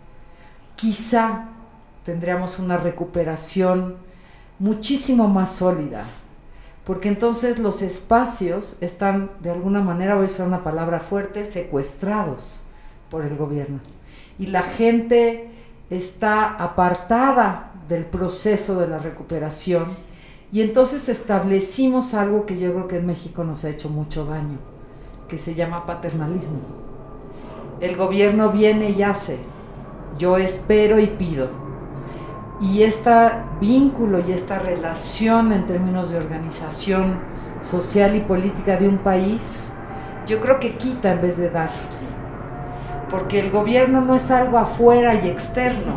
quizá tendríamos una recuperación muchísimo más sólida, porque entonces los espacios están, de alguna manera, voy a usar una palabra fuerte, secuestrados por el gobierno, y la gente está apartada del proceso de la recuperación, y entonces establecimos algo que yo creo que en México nos ha hecho mucho daño, que se llama paternalismo. El gobierno viene y hace, yo espero y pido. Y este vínculo y esta relación en términos de organización social y política de un país, yo creo que quita en vez de dar. Porque el gobierno no es algo afuera y externo.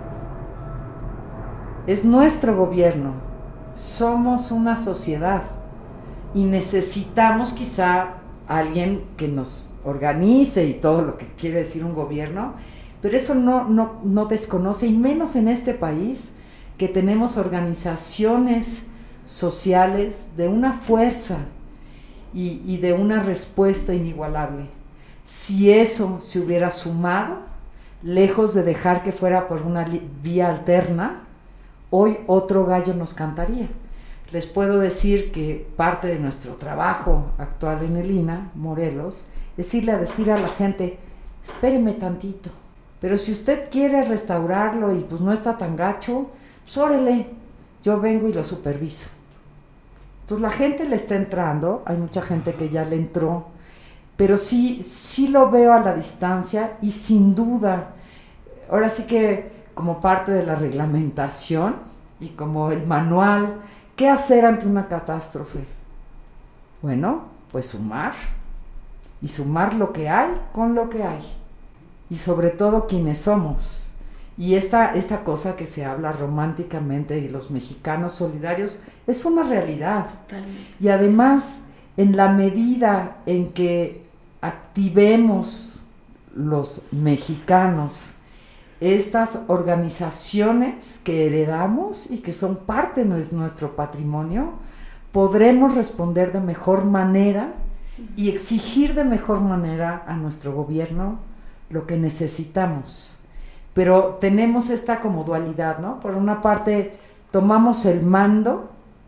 Es nuestro gobierno. Somos una sociedad. Y necesitamos quizá alguien que nos organice y todo lo que quiere decir un gobierno. Pero eso no desconoce, y menos en este país, que tenemos organizaciones sociales de una fuerza y de una respuesta inigualable. Si eso se hubiera sumado, lejos de dejar que fuera por una vía alterna, hoy otro gallo nos cantaría. Les puedo decir que parte de nuestro trabajo actual en el INAH, Morelos, es irle a decir a la gente, espéreme tantito. Pero si usted quiere restaurarlo y pues no está tan gacho, pues órale, yo vengo y lo superviso. Entonces la gente le está entrando, hay mucha gente que ya le entró, pero sí lo veo a la distancia, y sin duda, ahora sí que como parte de la reglamentación y como el manual, ¿qué hacer ante una catástrofe? Bueno, pues sumar, y sumar lo que hay con lo que hay. Y sobre todo quienes somos. Y esta cosa que se habla románticamente de los mexicanos solidarios es una realidad. Totalmente. Y además, en la medida en que activemos los mexicanos estas organizaciones que heredamos y que son parte de nuestro patrimonio, podremos responder de mejor manera y exigir de mejor manera a nuestro gobierno lo que necesitamos. Pero tenemos esta como dualidad, ¿no? Por una parte, tomamos el mando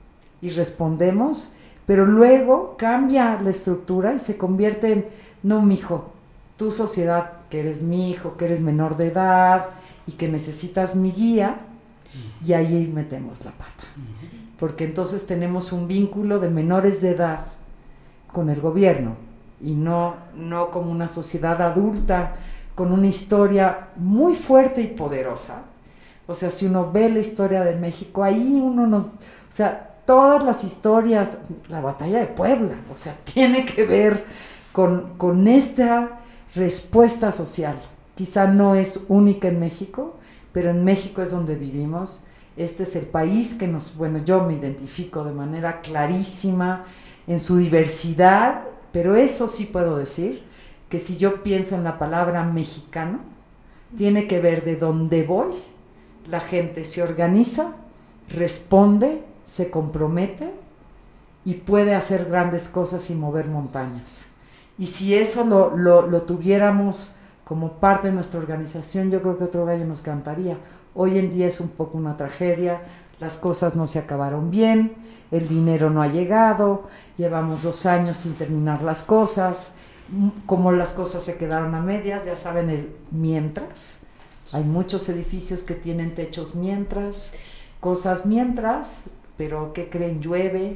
y respondemos, pero luego cambia la estructura y se convierte en, no, mijo, tu sociedad, que eres mi hijo, que eres menor de edad y que necesitas mi guía, y ahí metemos la pata. Porque entonces tenemos un vínculo de menores de edad con el gobierno y no como una sociedad adulta con una historia muy fuerte y poderosa. O sea, si uno ve la historia de México, ahí o sea, todas las historias, la batalla de Puebla, o sea, tiene que ver con esta respuesta social. Quizá no es única en México, pero en México es donde vivimos. Este es el país que yo me identifico de manera clarísima en su diversidad, pero eso sí puedo decir, que si yo pienso en la palabra mexicano, tiene que ver de dónde voy, la gente se organiza, responde, se compromete y puede hacer grandes cosas y mover montañas. Y si eso lo tuviéramos como parte de nuestra organización, yo creo que otro gallo nos cantaría. Hoy en día es un poco una tragedia, las cosas no se acabaron bien, el dinero no ha llegado, llevamos 2 años sin terminar las cosas, como las cosas se quedaron a medias, ya saben el mientras, hay muchos edificios que tienen techos mientras, cosas mientras, pero ¿qué creen? Llueve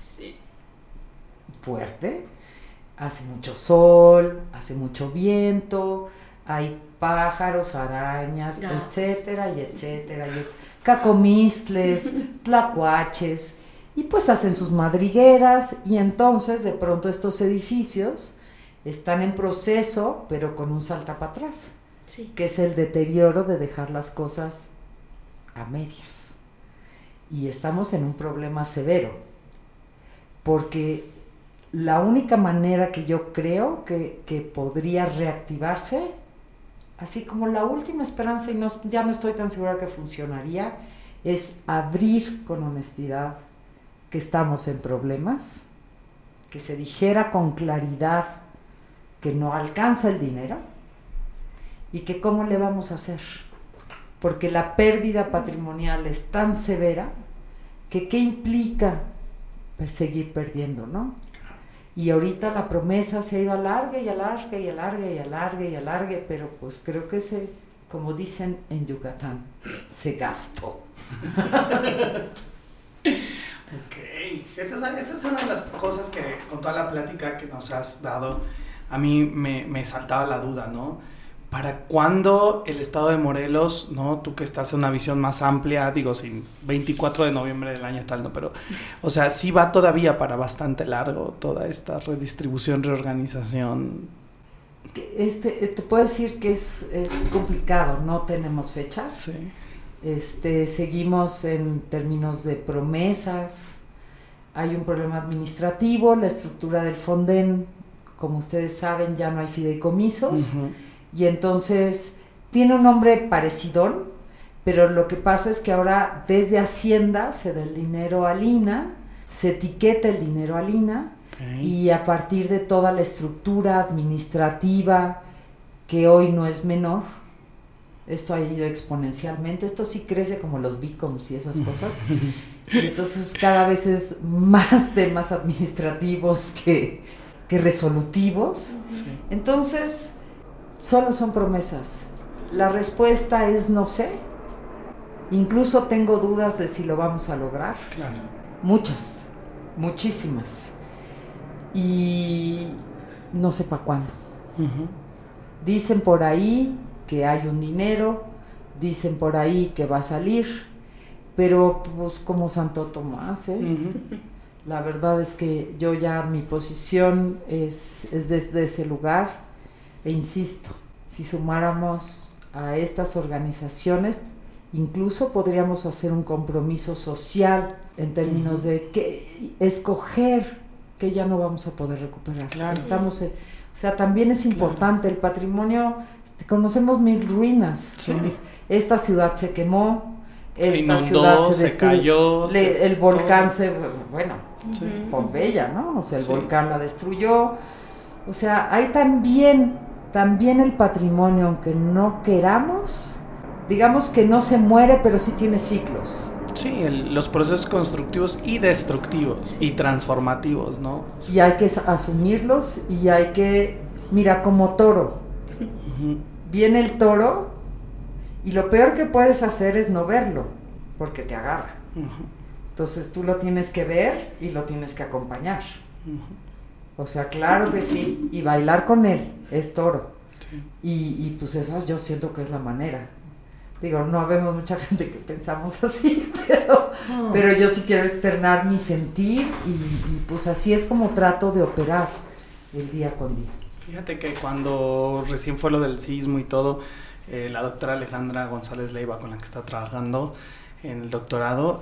fuerte, hace mucho sol, hace mucho viento, hay pájaros, arañas, etcétera, y etcétera, cacomistles, tlacuaches, y pues hacen sus madrigueras, y entonces de pronto estos edificios están en proceso, pero con un salta para atrás, que es el deterioro de dejar las cosas a medias. Y estamos en un problema severo, porque la única manera que yo creo que podría reactivarse, así como la última esperanza, y ya no estoy tan segura que funcionaría, es abrir con honestidad que estamos en problemas, que se dijera con claridad que no alcanza el dinero y que cómo le vamos a hacer, porque la pérdida patrimonial es tan severa que qué implica seguir perdiendo, ¿no? Y ahorita la promesa se ha ido alargue y alargue y alargue y alargue y alargue, pero pues creo que como dicen en Yucatán, se gastó. Ok, esa es una de las cosas que con toda la plática que nos has dado, a mí me saltaba la duda, ¿no? ¿Para cuándo el estado de Morelos, no? Tú que estás en una visión más amplia, digo, sin 24 de noviembre del año tal, ¿no? Pero, o sea, sí va todavía para bastante largo toda esta redistribución, reorganización. Te puedo decir que es complicado, no tenemos fechas. Sí. Seguimos en términos de promesas, hay un problema administrativo, la estructura del Fonden, como ustedes saben, ya no hay fideicomisos. Uh-huh. Y entonces tiene un nombre parecidón, pero lo que pasa es que ahora desde Hacienda se da el dinero al INA, se etiqueta el dinero al INA, okay. Y a partir de toda la estructura administrativa, que hoy no es menor, esto ha ido exponencialmente, esto sí crece como los BICOMs y esas cosas, y entonces cada vez es más temas administrativos que resolutivos. Sí. Entonces solo son promesas. La respuesta es no sé. Incluso tengo dudas de si lo vamos a lograr. Claro. Muchas, muchísimas. Y no sé para cuándo. Uh-huh. Dicen por ahí que hay un dinero, dicen por ahí que va a salir, pero pues como Santo Tomás, Uh-huh. La verdad es que yo ya mi posición es desde ese lugar. E insisto, si sumáramos a estas organizaciones, incluso podríamos hacer un compromiso social en términos uh-huh. de que escoger que ya no vamos a poder recuperar. Claro. O sea, también es importante el patrimonio. Conocemos 1000 ruinas. Sí. Esta ciudad se quemó, ciudad se destruyó, cayó, el volcán sí. Pompeya, ¿no? O sea, el volcán la destruyó. O sea, hay también el patrimonio, aunque no queramos, digamos que no se muere, pero sí tiene ciclos. Sí, los procesos constructivos y destructivos y transformativos, ¿no? Y hay que asumirlos y hay que, mira, como toro. Viene el toro y lo peor que puedes hacer es no verlo, porque te agarra. Entonces tú lo tienes que ver y lo tienes que acompañar. O sea, claro que sí, y bailar con él es toro. Sí. Y pues esa yo siento que es la manera. Digo, no vemos mucha gente que pensamos así, pero yo sí quiero externar mi sentir y pues así es como trato de operar el día con día. Fíjate que cuando recién fue lo del sismo y todo, la doctora Alejandra González Leiva, con la que está trabajando en el doctorado,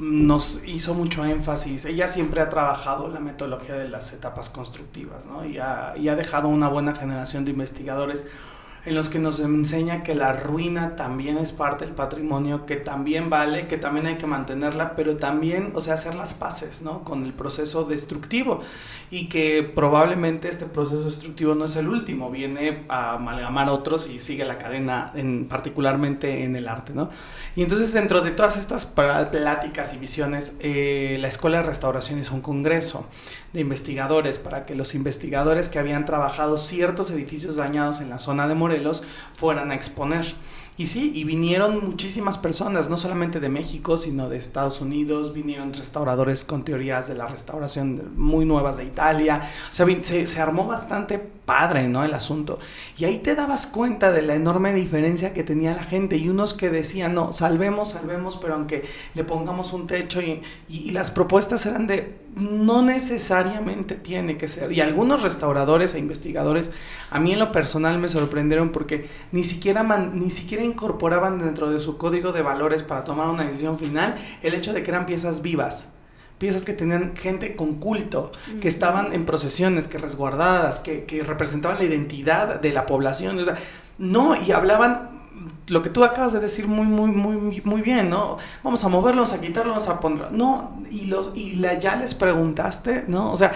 nos hizo mucho énfasis. Ella siempre ha trabajado la metodología de las etapas constructivas, ¿no? Y ha dejado una buena generación de investigadores en los que nos enseña que la ruina también es parte del patrimonio, que también vale, que también hay que mantenerla, pero también, o sea, hacer las paces, ¿no? Con el proceso destructivo, y que probablemente este proceso destructivo no es el último, viene a amalgamar otros y sigue la cadena, particularmente en el arte, ¿no? Y entonces, dentro de todas estas pláticas y visiones, la Escuela de Restauración hizo un congreso de investigadores para que los investigadores que habían trabajado ciertos edificios dañados en la zona de Morelos fueran a exponer. Y sí, y vinieron muchísimas personas, no solamente de México, sino de Estados Unidos, vinieron restauradores con teorías de la restauración muy nuevas de Italia, o sea, se armó bastante padre, ¿no? El asunto. Y ahí te dabas cuenta de la enorme diferencia que tenía la gente, y unos que decían, no, salvemos, pero aunque le pongamos un techo, y las propuestas eran de, no necesariamente tiene que ser, y algunos restauradores e investigadores, a mí en lo personal me sorprendieron porque ni siquiera incorporaban dentro de su código de valores para tomar una decisión final el hecho de que eran piezas vivas, piezas que tenían gente con culto, que estaban en procesiones, que resguardadas, que representaban la identidad de la población, o sea, no, y hablaban lo que tú acabas de decir muy bien, ¿no? Vamos a moverlo, vamos a quitarlo, vamos a ponerlo, no, ya les preguntaste, ¿no? O sea,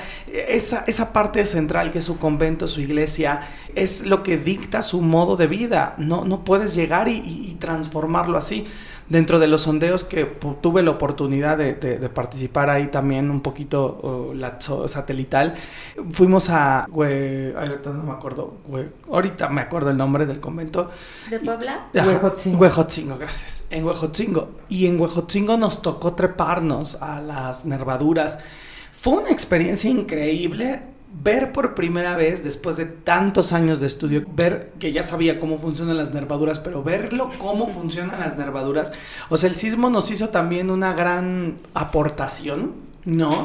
esa parte central que es su convento, su iglesia, es lo que dicta su modo de vida, no puedes llegar y transformarlo así. Dentro de los sondeos que tuve la oportunidad de participar ahí también un poquito satelital, fuimos ahorita no me acuerdo, ahorita me acuerdo el nombre del convento. ¿De Puebla? Huejotzingo, gracias. En Huejotzingo. Y en Huejotzingo nos tocó treparnos a las nervaduras. Fue una experiencia increíble. Ver por primera vez, después de tantos años de estudio, ver que ya sabía cómo funcionan las nervaduras, pero verlo cómo funcionan las nervaduras. O sea, el sismo nos hizo también una gran aportación, ¿no?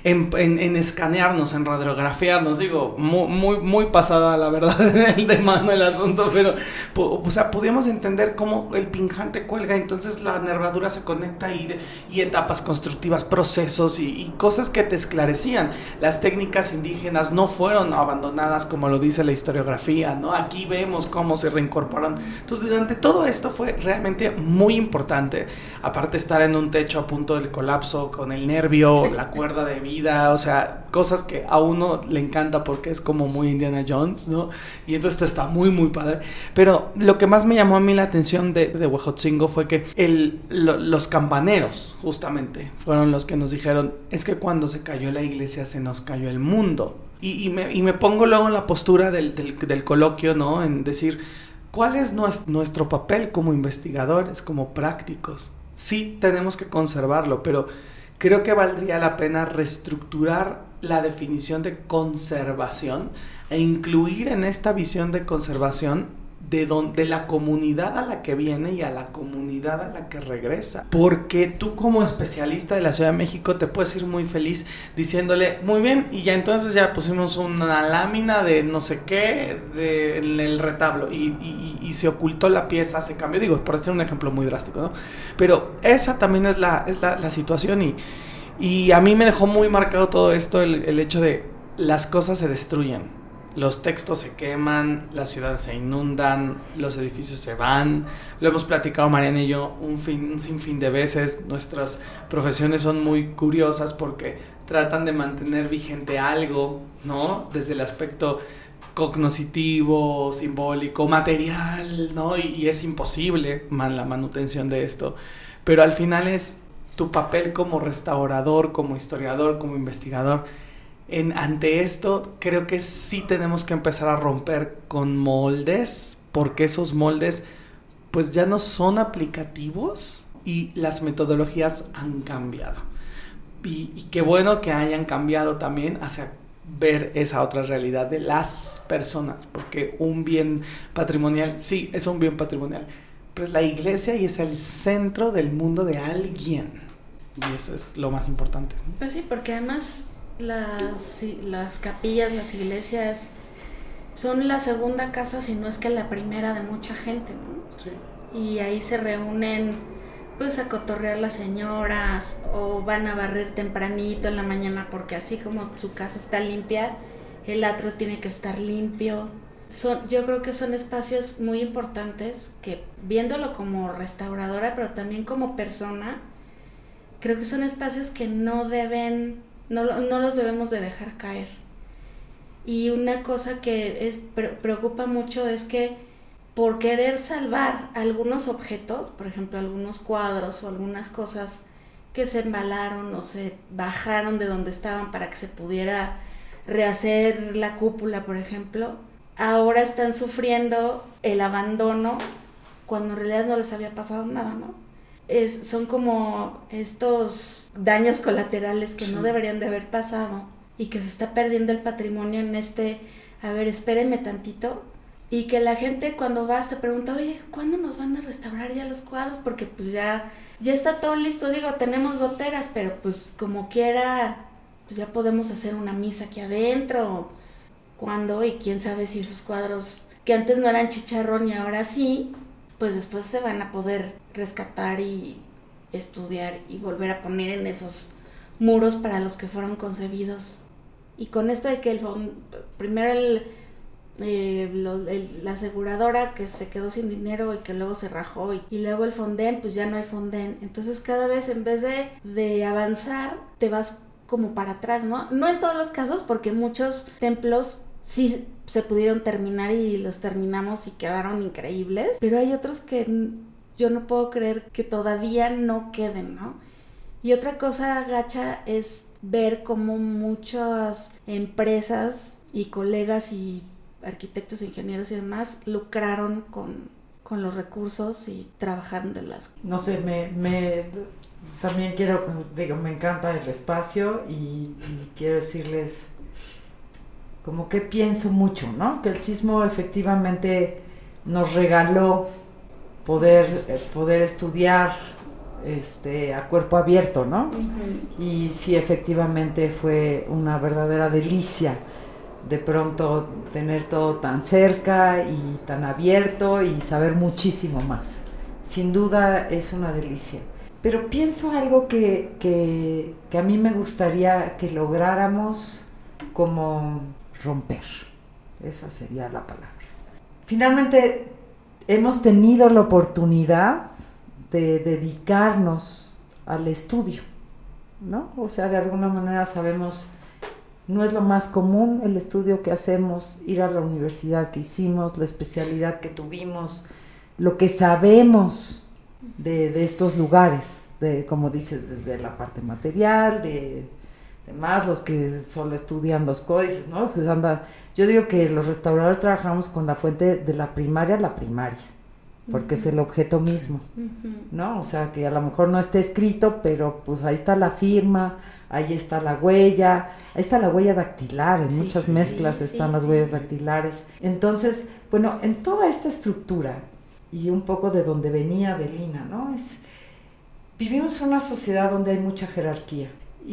En escanearnos, en radiografiarnos, digo, muy pasada la verdad de mano el asunto, pero, o sea, podíamos entender cómo el pinjante cuelga, entonces la nervadura se conecta y etapas constructivas, procesos y cosas que te esclarecían. Las técnicas indígenas no fueron abandonadas como lo dice la historiografía, ¿no? Aquí vemos cómo se reincorporan. Entonces, durante todo esto fue realmente muy importante, aparte estar en un techo a punto del colapso, con el nervio, la cuerda de vida, o sea, cosas que a uno le encanta porque es como muy Indiana Jones, ¿no? Y entonces está muy padre. Pero lo que más me llamó a mí la atención de Huejotzingo fue que los campaneros, justamente, fueron los que nos dijeron, es que cuando se cayó la iglesia se nos cayó el mundo. Y me pongo luego en la postura del coloquio, ¿no? En decir, ¿cuál es nuestro papel como investigadores, como prácticos? Sí, tenemos que conservarlo, pero creo que valdría la pena reestructurar la definición de conservación e incluir en esta visión de conservación de la comunidad a la que viene y a la comunidad a la que regresa. Porque tú como especialista de la Ciudad de México te puedes ir muy feliz diciéndole, muy bien, y ya entonces ya pusimos una lámina de no sé qué en el retablo y se ocultó la pieza, se cambió, digo, por hacer un ejemplo muy drástico, ¿no? Pero esa también es la situación y a mí me dejó muy marcado todo esto, el hecho de las cosas se destruyen. Los textos se queman, las ciudades se inundan, los edificios se van. Lo hemos platicado Mariana y yo un sinfín de veces. Nuestras profesiones son muy curiosas porque tratan de mantener vigente algo, ¿no? Desde el aspecto cognoscitivo, simbólico, material, ¿no? Y es imposible la manutención de esto. Pero al final es tu papel como restaurador, como historiador, como investigador, ante esto creo que sí tenemos que empezar a romper con moldes, porque esos moldes pues ya no son aplicativos y las metodologías han cambiado. Y qué bueno que hayan cambiado también hacia ver esa otra realidad de las personas, porque un bien patrimonial, sí, es un bien patrimonial, pero es la iglesia y es el centro del mundo de alguien, y eso es lo más importante. Pues sí, porque además las capillas, las iglesias son la segunda casa, si no es que la primera de mucha gente, ¿no? Sí. Y ahí se reúnen pues a cotorrear las señoras, o van a barrer tempranito en la mañana, porque así como su casa está limpia, el atrio tiene que estar limpio. Yo creo que son espacios muy importantes que, viéndolo como restauradora, pero también como persona, creo que son espacios que no los debemos de dejar caer. Y una cosa que preocupa mucho es que por querer salvar algunos objetos, por ejemplo algunos cuadros o algunas cosas que se embalaron o se bajaron de donde estaban para que se pudiera rehacer la cúpula, por ejemplo, ahora están sufriendo el abandono cuando en realidad no les había pasado nada, ¿no? Son como estos daños colaterales que no deberían de haber pasado, y que se está perdiendo el patrimonio en a ver, espérenme tantito. Y que la gente cuando vas te pregunta, oye, ¿cuándo nos van a restaurar ya los cuadros? Porque pues ya está todo listo, digo, tenemos goteras, pero pues como quiera, pues ya podemos hacer una misa aquí adentro. ¿Cuándo? Y quién sabe si esos cuadros que antes no eran chicharrón y ahora sí, pues después se van a poder rescatar y estudiar y volver a poner en esos muros para los que fueron concebidos. Y con esto de que primero la aseguradora que se quedó sin dinero y que luego se rajó, y luego el Fonden, pues ya no hay Fonden. Entonces cada vez, en vez de avanzar, te vas como para atrás, ¿no? No en todos los casos, porque muchos templos sí se pudieron terminar y los terminamos y quedaron increíbles, pero hay otros que yo no puedo creer que todavía no queden, ¿no? Y otra cosa gacha es ver cómo muchas empresas y colegas y arquitectos, ingenieros y demás lucraron con los recursos y trabajaron de las... No sé, también me encanta el espacio y quiero decirles como que pienso mucho, ¿no? Que el Sismo efectivamente nos regaló poder estudiar a cuerpo abierto, ¿no? Uh-huh. Y sí, efectivamente fue una verdadera delicia de pronto tener todo tan cerca y tan abierto y saber muchísimo más. Sin duda es una delicia. Pero pienso algo que a mí me gustaría que lográramos como romper. Esa sería la palabra. Finalmente hemos tenido la oportunidad de dedicarnos al estudio, ¿no? O sea, de alguna manera sabemos, no es lo más común el estudio que hacemos, ir a la universidad que hicimos, la especialidad que tuvimos, lo que sabemos de estos lugares, como dices, desde la parte material, de más los que solo estudian los códices, ¿no? Los que yo digo que los restauradores trabajamos con la fuente de la primaria a la primaria, porque es el objeto mismo, ¿no? O sea, que a lo mejor no esté escrito, pero pues ahí está la firma, ahí está la huella dactilar, en muchas mezclas están las huellas dactilares. Entonces, bueno, en toda esta estructura, y un poco de donde venía de Lina, ¿no? Vivimos en una sociedad donde hay mucha jerarquía,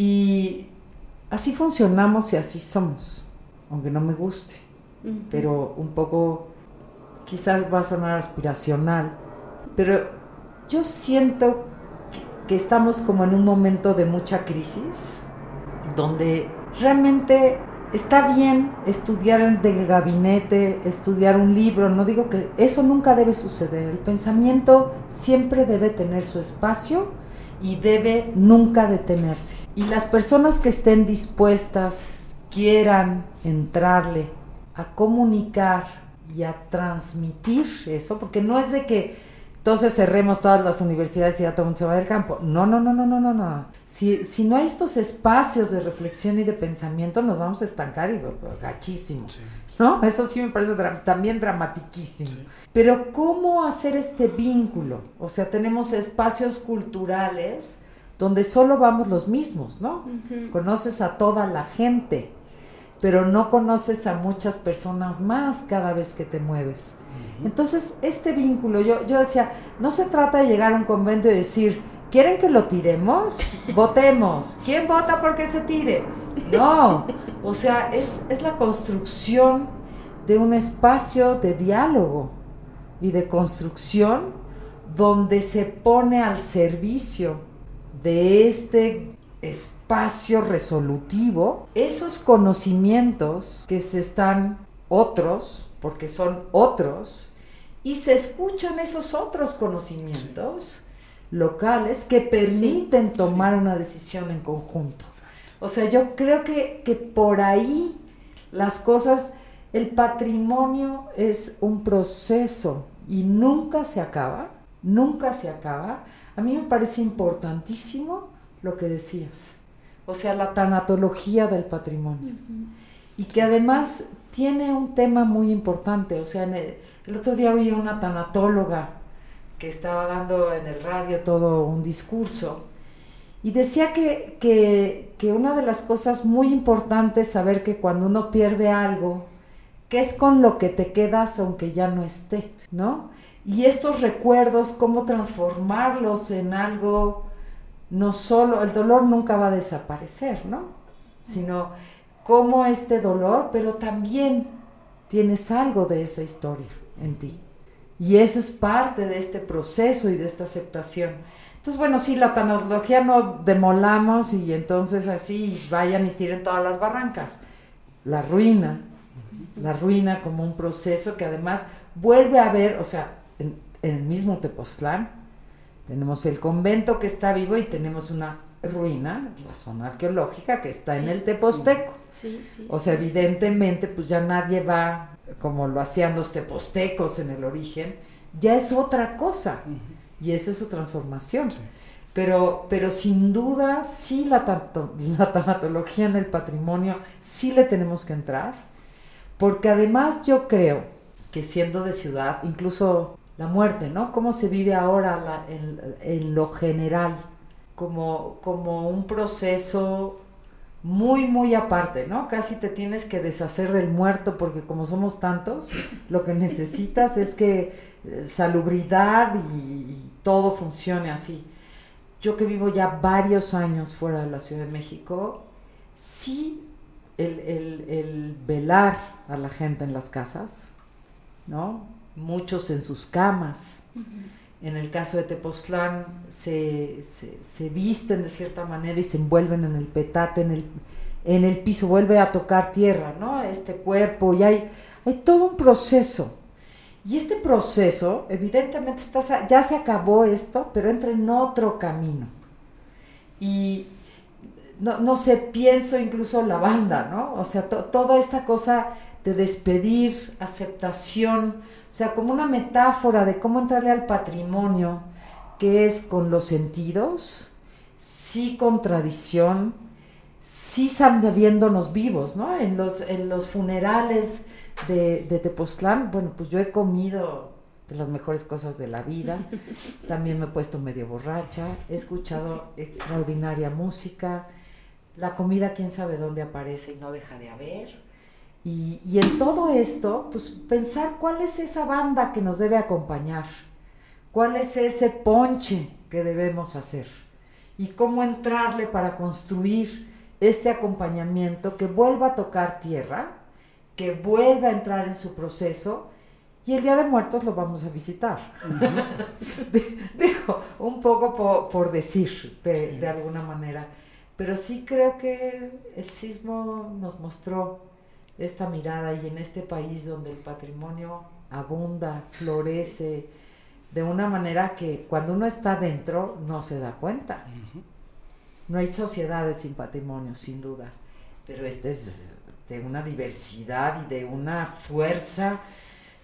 y así funcionamos y así somos, aunque no me guste, pero un poco... Quizás va a sonar aspiracional, pero yo siento que estamos como en un momento de mucha crisis, donde realmente está bien estudiar del gabinete, estudiar un libro, no digo que eso nunca debe suceder, el pensamiento siempre debe tener su espacio y debe nunca detenerse. Y las personas que estén dispuestas, quieran entrarle a comunicar y a transmitir eso, porque no es de que entonces cerremos todas las universidades y ya todo el mundo se va del campo. No. Si no hay estos espacios de reflexión y de pensamiento, nos vamos a estancar y gachísimo. Sí. ¿No? Eso sí me parece también dramatiquísimo. Sí. Pero ¿cómo hacer este vínculo? O sea, tenemos espacios culturales donde solo vamos los mismos, ¿no? Uh-huh. Conoces a toda la gente, pero no conoces a muchas personas más cada vez que te mueves. Uh-huh. Entonces, este vínculo, yo decía, no se trata de llegar a un convento y decir, ¿quieren que lo tiremos? Votemos. ¿Quién vota porque se tire? No, o sea, es la construcción de un espacio de diálogo y de construcción donde se pone al servicio de este espacio resolutivo esos conocimientos que se están otros, porque son otros, y se escuchan esos otros conocimientos locales que permiten tomar una decisión en conjunto. O sea, yo creo que por ahí las cosas, el patrimonio es un proceso y nunca se acaba. A mí me parece importantísimo lo que decías, o sea, la tanatología del patrimonio. Uh-huh. Y que además tiene un tema muy importante, o sea, el otro día oí una tanatóloga que estaba dando en el radio todo un discurso y decía que una de las cosas muy importantes es saber que cuando uno pierde algo, que es con lo que te quedas aunque ya no esté, ¿no? Y estos recuerdos, cómo transformarlos en algo, no solo, el dolor nunca va a desaparecer, ¿no? Sino cómo este dolor, pero también tienes algo de esa historia en ti. Y esa es parte de este proceso y de esta aceptación. Entonces, bueno, sí, la tanatología no demolamos y entonces así vayan y tiren todas las barrancas. La ruina como un proceso que además vuelve a ver, o sea, en el mismo Tepoztlán tenemos el convento que está vivo y tenemos una ruina, la zona arqueológica que está en el Tepozteco. O sea, evidentemente pues ya nadie va como lo hacían los tepoztecos en el origen, ya es otra cosa. Uh-huh. Y esa es su transformación. Sí. Pero sin duda sí la tanatología en el patrimonio sí le tenemos que entrar, porque además yo creo que siendo de ciudad, incluso la muerte, ¿no? Cómo se vive ahora en lo general, como un proceso muy, muy aparte, ¿no? Casi te tienes que deshacer del muerto porque como somos tantos, lo que necesitas es que salubridad y todo funcione así. Yo que vivo ya varios años fuera de la Ciudad de México, sí el velar a la gente en las casas, ¿no? Muchos en sus camas. Uh-huh. En el caso de Tepoztlán se visten de cierta manera y se envuelven en el petate, en el piso, vuelve a tocar tierra, ¿no? Este cuerpo, y hay todo un proceso. Y este proceso, evidentemente, ya se acabó esto, pero entra en otro camino. Y no sé, pienso incluso la banda, ¿no? O sea, toda esta cosa de despedir, aceptación, o sea, como una metáfora de cómo entrarle al patrimonio, que es con los sentidos, sí con tradición, sí sabiéndonos vivos, ¿no? En los funerales de Tepoztlán, bueno, pues yo he comido de las mejores cosas de la vida, también me he puesto medio borracha, he escuchado extraordinaria música, la comida quién sabe dónde aparece y no deja de haber. Y en todo esto, pues pensar cuál es esa banda que nos debe acompañar, cuál es ese ponche que debemos hacer y cómo entrarle para construir este acompañamiento que vuelva a tocar tierra, que vuelva a entrar en su proceso y el Día de Muertos lo vamos a visitar. Uh-huh. Digo, un poco por decir de alguna manera, pero sí creo que el sismo nos mostró esta mirada y en este país donde el patrimonio abunda, florece de una manera que cuando uno está dentro no se da cuenta. Uh-huh. No hay sociedades sin patrimonio, sin duda, pero este es de una diversidad y de una fuerza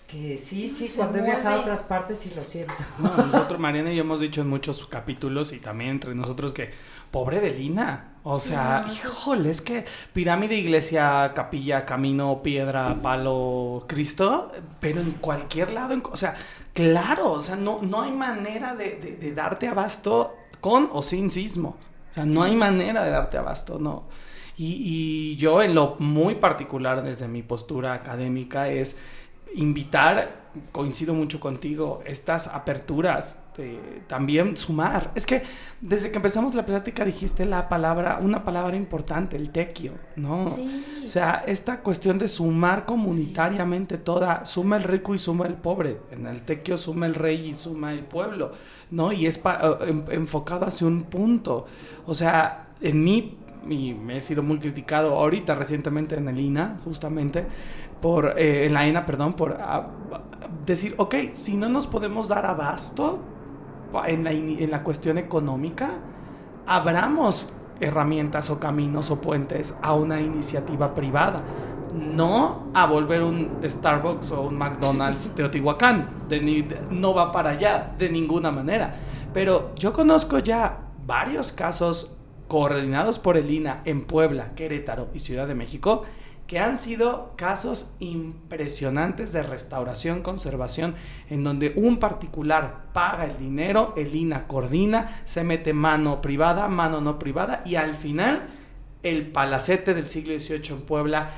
Que sí, Se cuando he viajado a mueve. otras partes sí lo siento. No, nosotros, Mariana y yo hemos dicho en muchos capítulos y también entre nosotros que pobre de Lina. O sea, No, híjole, es que pirámide, iglesia, capilla, camino, piedra, palo, Cristo, pero en cualquier lado, o sea, claro, o sea, no hay manera de darte abasto con o sin sismo. O sea, no hay manera de darte abasto, no. Y yo en lo muy particular desde mi postura académica es invitar, coincido mucho contigo, estas aperturas, también sumar. Es que desde que empezamos la plática dijiste una palabra importante, el tequio, ¿no? Sí. O sea, esta cuestión de sumar comunitariamente toda, suma el rico y suma el pobre. En el tequio suma el rey y suma el pueblo, ¿no? Y es enfocado hacia un punto. O sea, en mí, y me he sido muy criticado ahorita recientemente en el INA, justamente, en la ENA, perdón, por decir, ok, si no nos podemos dar abasto en la cuestión económica, abramos herramientas o caminos o puentes a una iniciativa privada, no a volver un Starbucks o un McDonald's Teotihuacán, no va para allá de ninguna manera, pero yo conozco ya varios casos coordinados por el INA en Puebla, Querétaro y Ciudad de México, que han sido casos impresionantes de restauración, conservación, en donde un particular paga el dinero, el INA coordina, se mete mano privada, mano no privada, y al final el palacete del siglo XVIII en Puebla,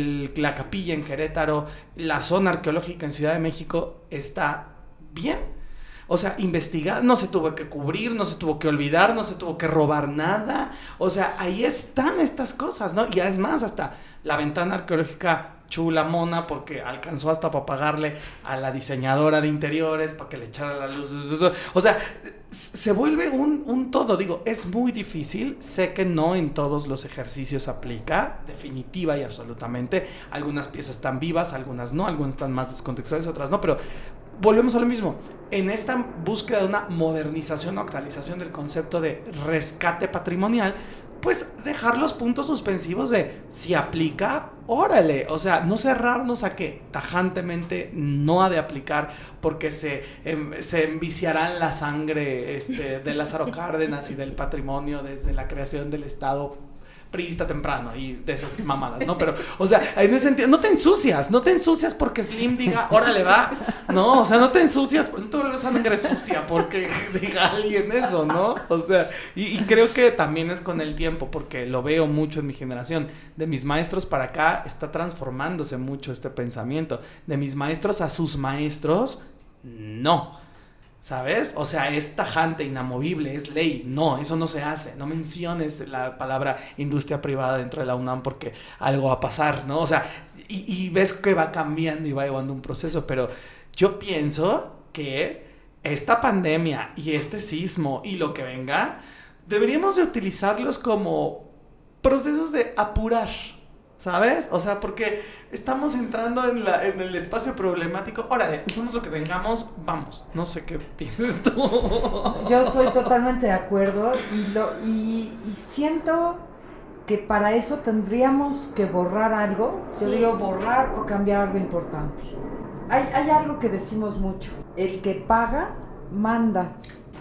la capilla en Querétaro, la zona arqueológica en Ciudad de México está bien. O sea, investigar, no se tuvo que cubrir, no se tuvo que olvidar, no se tuvo que robar nada. O sea, ahí están estas cosas, ¿no? Y es más, hasta la ventana arqueológica chula, mona, porque alcanzó hasta para pagarle a la diseñadora de interiores para que le echara la luz. O sea, se vuelve un todo. Digo, es muy difícil. Sé que no en todos los ejercicios aplica, definitiva y absolutamente. Algunas piezas están vivas, algunas no, algunas están más descontextuales, otras no, pero volvemos a lo mismo. En esta búsqueda de una modernización o actualización del concepto de rescate patrimonial, pues dejar los puntos suspensivos de si aplica, órale. O sea, no cerrarnos a que tajantemente no ha de aplicar porque se enviciará en la sangre de Lázaro Cárdenas y del patrimonio desde la creación del Estado priista temprano y de esas mamadas, ¿no? Pero, o sea, en ese sentido, no te ensucias porque Slim diga, órale, va, no, o sea, no te ensucias, no te vuelves sangre sucia porque diga alguien eso, ¿no? O sea, y creo que también es con el tiempo, porque lo veo mucho en mi generación, de mis maestros para acá está transformándose mucho este pensamiento, de mis maestros a sus maestros, no. ¿Sabes? O sea, es tajante, inamovible, es ley. No, eso no se hace. No menciones la palabra industria privada dentro de la UNAM porque algo va a pasar, ¿no? O sea, y ves que va cambiando y va llevando un proceso, pero yo pienso que esta pandemia y este sismo y lo que venga, deberíamos de utilizarlos como procesos de apurar, ¿sabes? O sea, porque estamos entrando en el espacio problemático. Órale, usamos lo que tengamos, vamos. No sé qué piensas tú. Yo estoy totalmente de acuerdo y siento que para eso tendríamos que borrar algo. Yo digo borrar o cambiar algo importante. Hay algo que decimos mucho. El que paga, manda.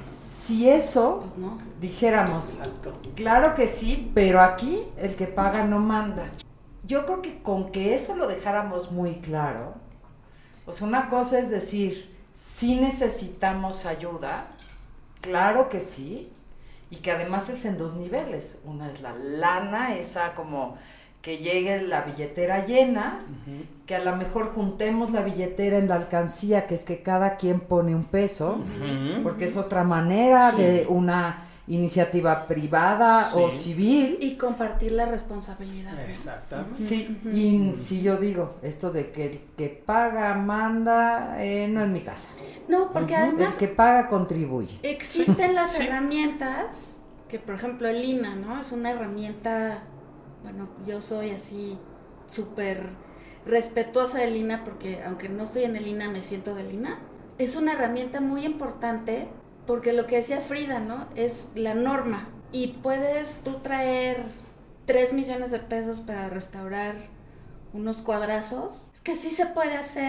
Si eso, Pues no. dijéramos, Exacto. claro que sí, pero aquí el que paga no manda. Yo creo que con que eso lo dejáramos muy claro, o sea, una cosa es decir, sí necesitamos ayuda, claro que sí, y que además es en dos niveles. Una es la lana, esa como que llegue la billetera llena, que a lo mejor juntemos la billetera en la alcancía, que es que cada quien pone un peso, porque es otra manera de una iniciativa privada o civil. Y compartir la responsabilidad, ¿no? Exactamente. Sí, y si yo digo esto de que el que paga manda, no en mi casa. No, porque El además que paga contribuye. existen las herramientas, que por ejemplo el INA, ¿no? Es una herramienta, bueno, yo soy así súper respetuosa del INA porque aunque no estoy en el INA me siento del INA. Es una herramienta muy importante porque lo que decía Frida, ¿no? Es la norma y puedes tú traer 3 millones de pesos para restaurar unos cuadrazos. Es que sí se puede hacer,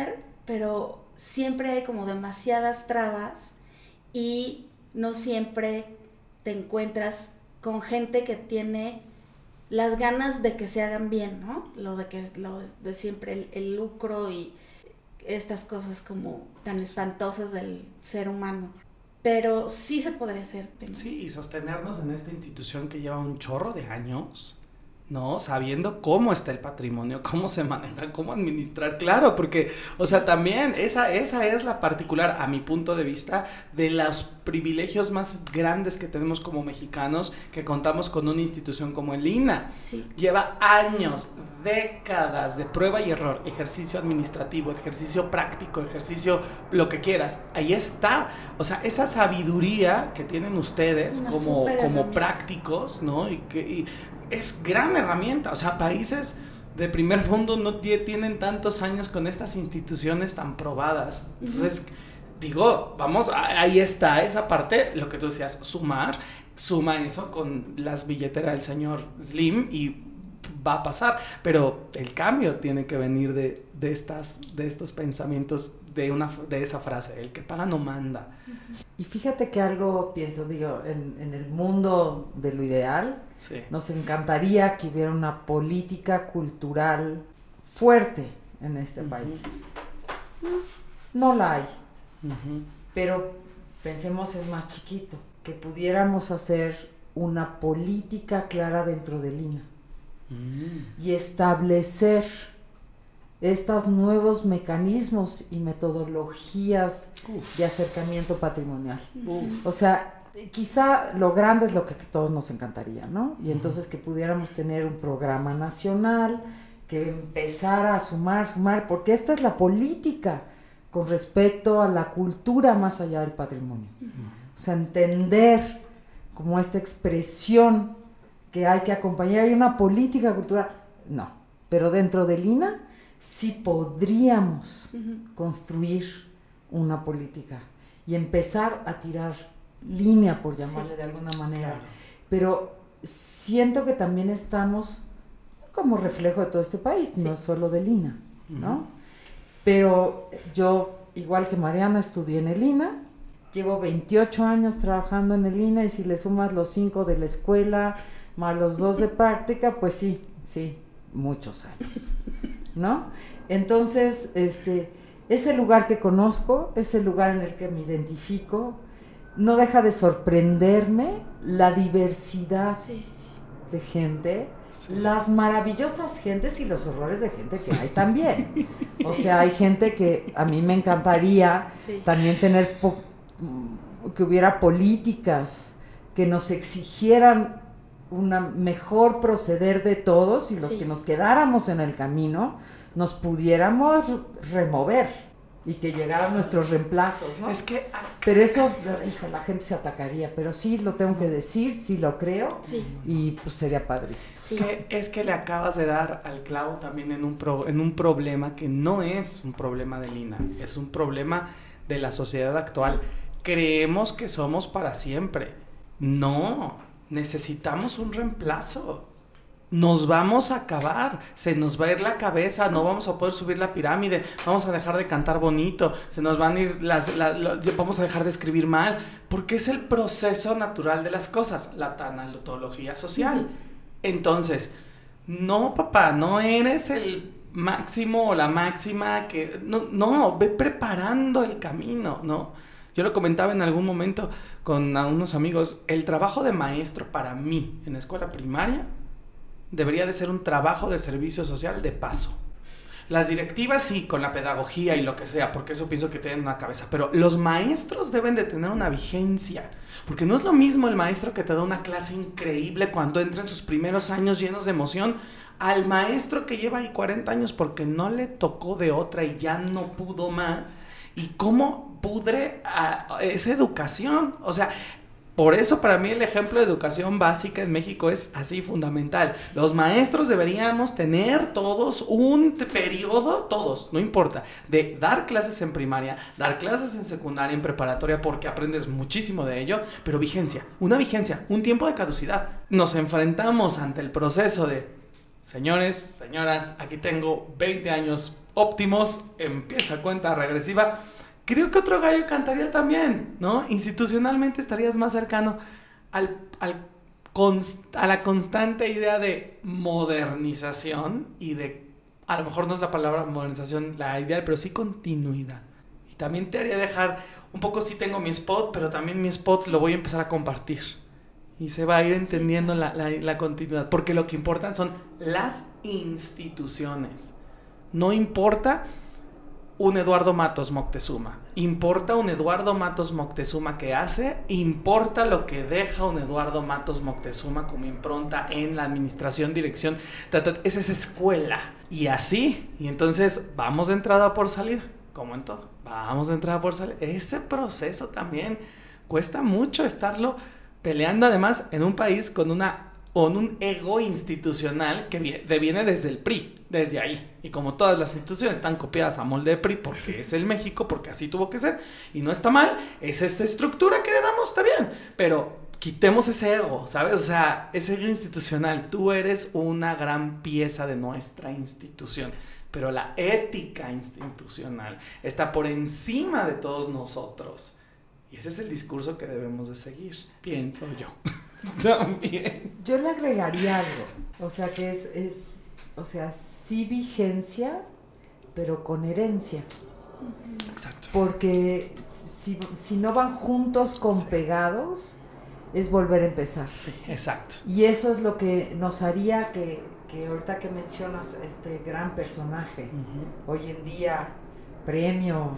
pero siempre hay como demasiadas trabas y no siempre te encuentras con gente que tiene las ganas de que se hagan bien, ¿no? Lo de siempre el lucro y estas cosas como tan espantosas del ser humano. Pero sí se podría hacer. Sí, y sostenernos en esta institución que lleva un chorro de años, ¿no? Sabiendo cómo está el patrimonio, cómo se maneja, cómo administrar, claro, porque, o sea, también esa es la particular, a mi punto de vista, de los privilegios más grandes que tenemos como mexicanos, que contamos con una institución como el INAH. Sí. Lleva años, décadas de prueba y error, ejercicio administrativo, ejercicio práctico, ejercicio lo que quieras, ahí está, o sea, esa sabiduría que tienen ustedes como prácticos, ¿no? Y es gran herramienta, o sea, países de primer mundo no tienen tantos años con estas instituciones tan probadas. Entonces, digo, vamos, ahí está esa parte, lo que tú decías, suma eso con las billeteras del señor Slim y va a pasar, pero el cambio tiene que venir de estos pensamientos, de esa frase, el que paga no manda. Y fíjate que algo pienso, digo, en el mundo de lo ideal, sí, nos encantaría que hubiera una política cultural fuerte en este país. No la hay, pero pensemos en más chiquito, que pudiéramos hacer una política clara dentro del INAH y establecer estos nuevos mecanismos y metodologías de acercamiento patrimonial. O sea, quizá lo grande es lo que todos nos encantaría, ¿no? Y entonces que pudiéramos tener un programa nacional que empezara a sumar, porque esta es la política con respecto a la cultura más allá del patrimonio. O sea, entender como esta expresión que hay que acompañar. Hay una política cultural, no, pero dentro del INAH sí podríamos construir una política y empezar a tirar línea, por llamarle de alguna manera. Claro. Pero siento que también estamos como reflejo de todo este país, no solo del INAH, ¿no? Pero yo, igual que Mariana, estudié en el INAH, llevo 28 años trabajando en el INAH y si le sumas los 5 de la escuela más los 2 de práctica, pues sí, muchos años, ¿no? Entonces, es el lugar que conozco, es el lugar en el que me identifico. No deja de sorprenderme la diversidad de gente, las maravillosas gentes y los horrores de gente que hay también. O sea, hay gente que a mí me encantaría también tener, que hubiera políticas que nos exigieran una mejor proceder de todos y los que nos quedáramos en el camino nos pudiéramos remover y que llegaran nuestros reemplazos, ¿no? Es que... Pero eso, hijo, la gente se atacaría, pero sí lo tengo que decir, sí lo creo, y pues sería padrísimo. Es que le acabas de dar al clavo también en un problema que no es un problema del INAH, es un problema de la sociedad actual. Creemos que somos para siempre. No, necesitamos un reemplazo. Nos vamos a acabar, se nos va a ir la cabeza, no vamos a poder subir la pirámide, vamos a dejar de cantar bonito, se nos van a ir vamos a dejar de escribir mal, porque es el proceso natural de las cosas, la tanatología social. Entonces, no, papá, no eres el máximo o la máxima que... No, ve preparando el camino, ¿no? Yo lo comentaba en algún momento con unos amigos, el trabajo de maestro para mí en escuela primaria debería de ser un trabajo de servicio social de paso. Las directivas sí, con la pedagogía y lo que sea, porque eso pienso que tienen una cabeza, pero los maestros deben de tener una vigencia, porque no es lo mismo el maestro que te da una clase increíble cuando entra en sus primeros años llenos de emoción, al maestro que lleva ahí 40 años porque no le tocó de otra y ya no pudo más, y cómo pudre esa educación. O sea, por eso para mí el ejemplo de educación básica en México es así fundamental. Los maestros deberíamos tener todos un periodo, todos, no importa, de dar clases en primaria, dar clases en secundaria, en preparatoria, porque aprendes muchísimo de ello, pero vigencia, un tiempo de caducidad. Nos enfrentamos ante el proceso de Señores, señoras, aquí tengo 20 años óptimos, empieza cuenta regresiva. Creo que otro gallo cantaría también, ¿no? Institucionalmente estarías más cercano a la constante idea de modernización y de, a lo mejor no es la palabra modernización la ideal, pero sí continuidad. Y también te haría dejar, un poco sí tengo mi spot, pero también mi spot lo voy a empezar a compartir. Y se va a ir entendiendo la continuidad, porque lo que importan son las instituciones. No importa un Eduardo Matos Moctezuma, importa un Eduardo Matos Moctezuma que hace, importa lo que deja un Eduardo Matos Moctezuma como impronta en la administración, dirección, es esa escuela. Y así, y entonces vamos de entrada por salida, como en todo, vamos de entrada por salida. Ese proceso también cuesta mucho estarlo peleando, además en un país con un ego institucional que viene desde el PRI, desde ahí. Y como todas las instituciones están copiadas a molde de PRI porque es el México, porque así tuvo que ser, y no está mal, es esta estructura que le damos, está bien, pero quitemos ese ego, ¿sabes? O sea, ese ego institucional, tú eres una gran pieza de nuestra institución, pero la ética institucional está por encima de todos nosotros. Y ese es el discurso que debemos de seguir, pienso yo. También. Yo le agregaría algo, o sea que o sea, sí vigencia, pero con herencia. Exacto. Porque si no van juntos con pegados, es volver a empezar. Sí, exacto. Y eso es lo que nos haría que ahorita que mencionas este gran personaje, hoy en día premio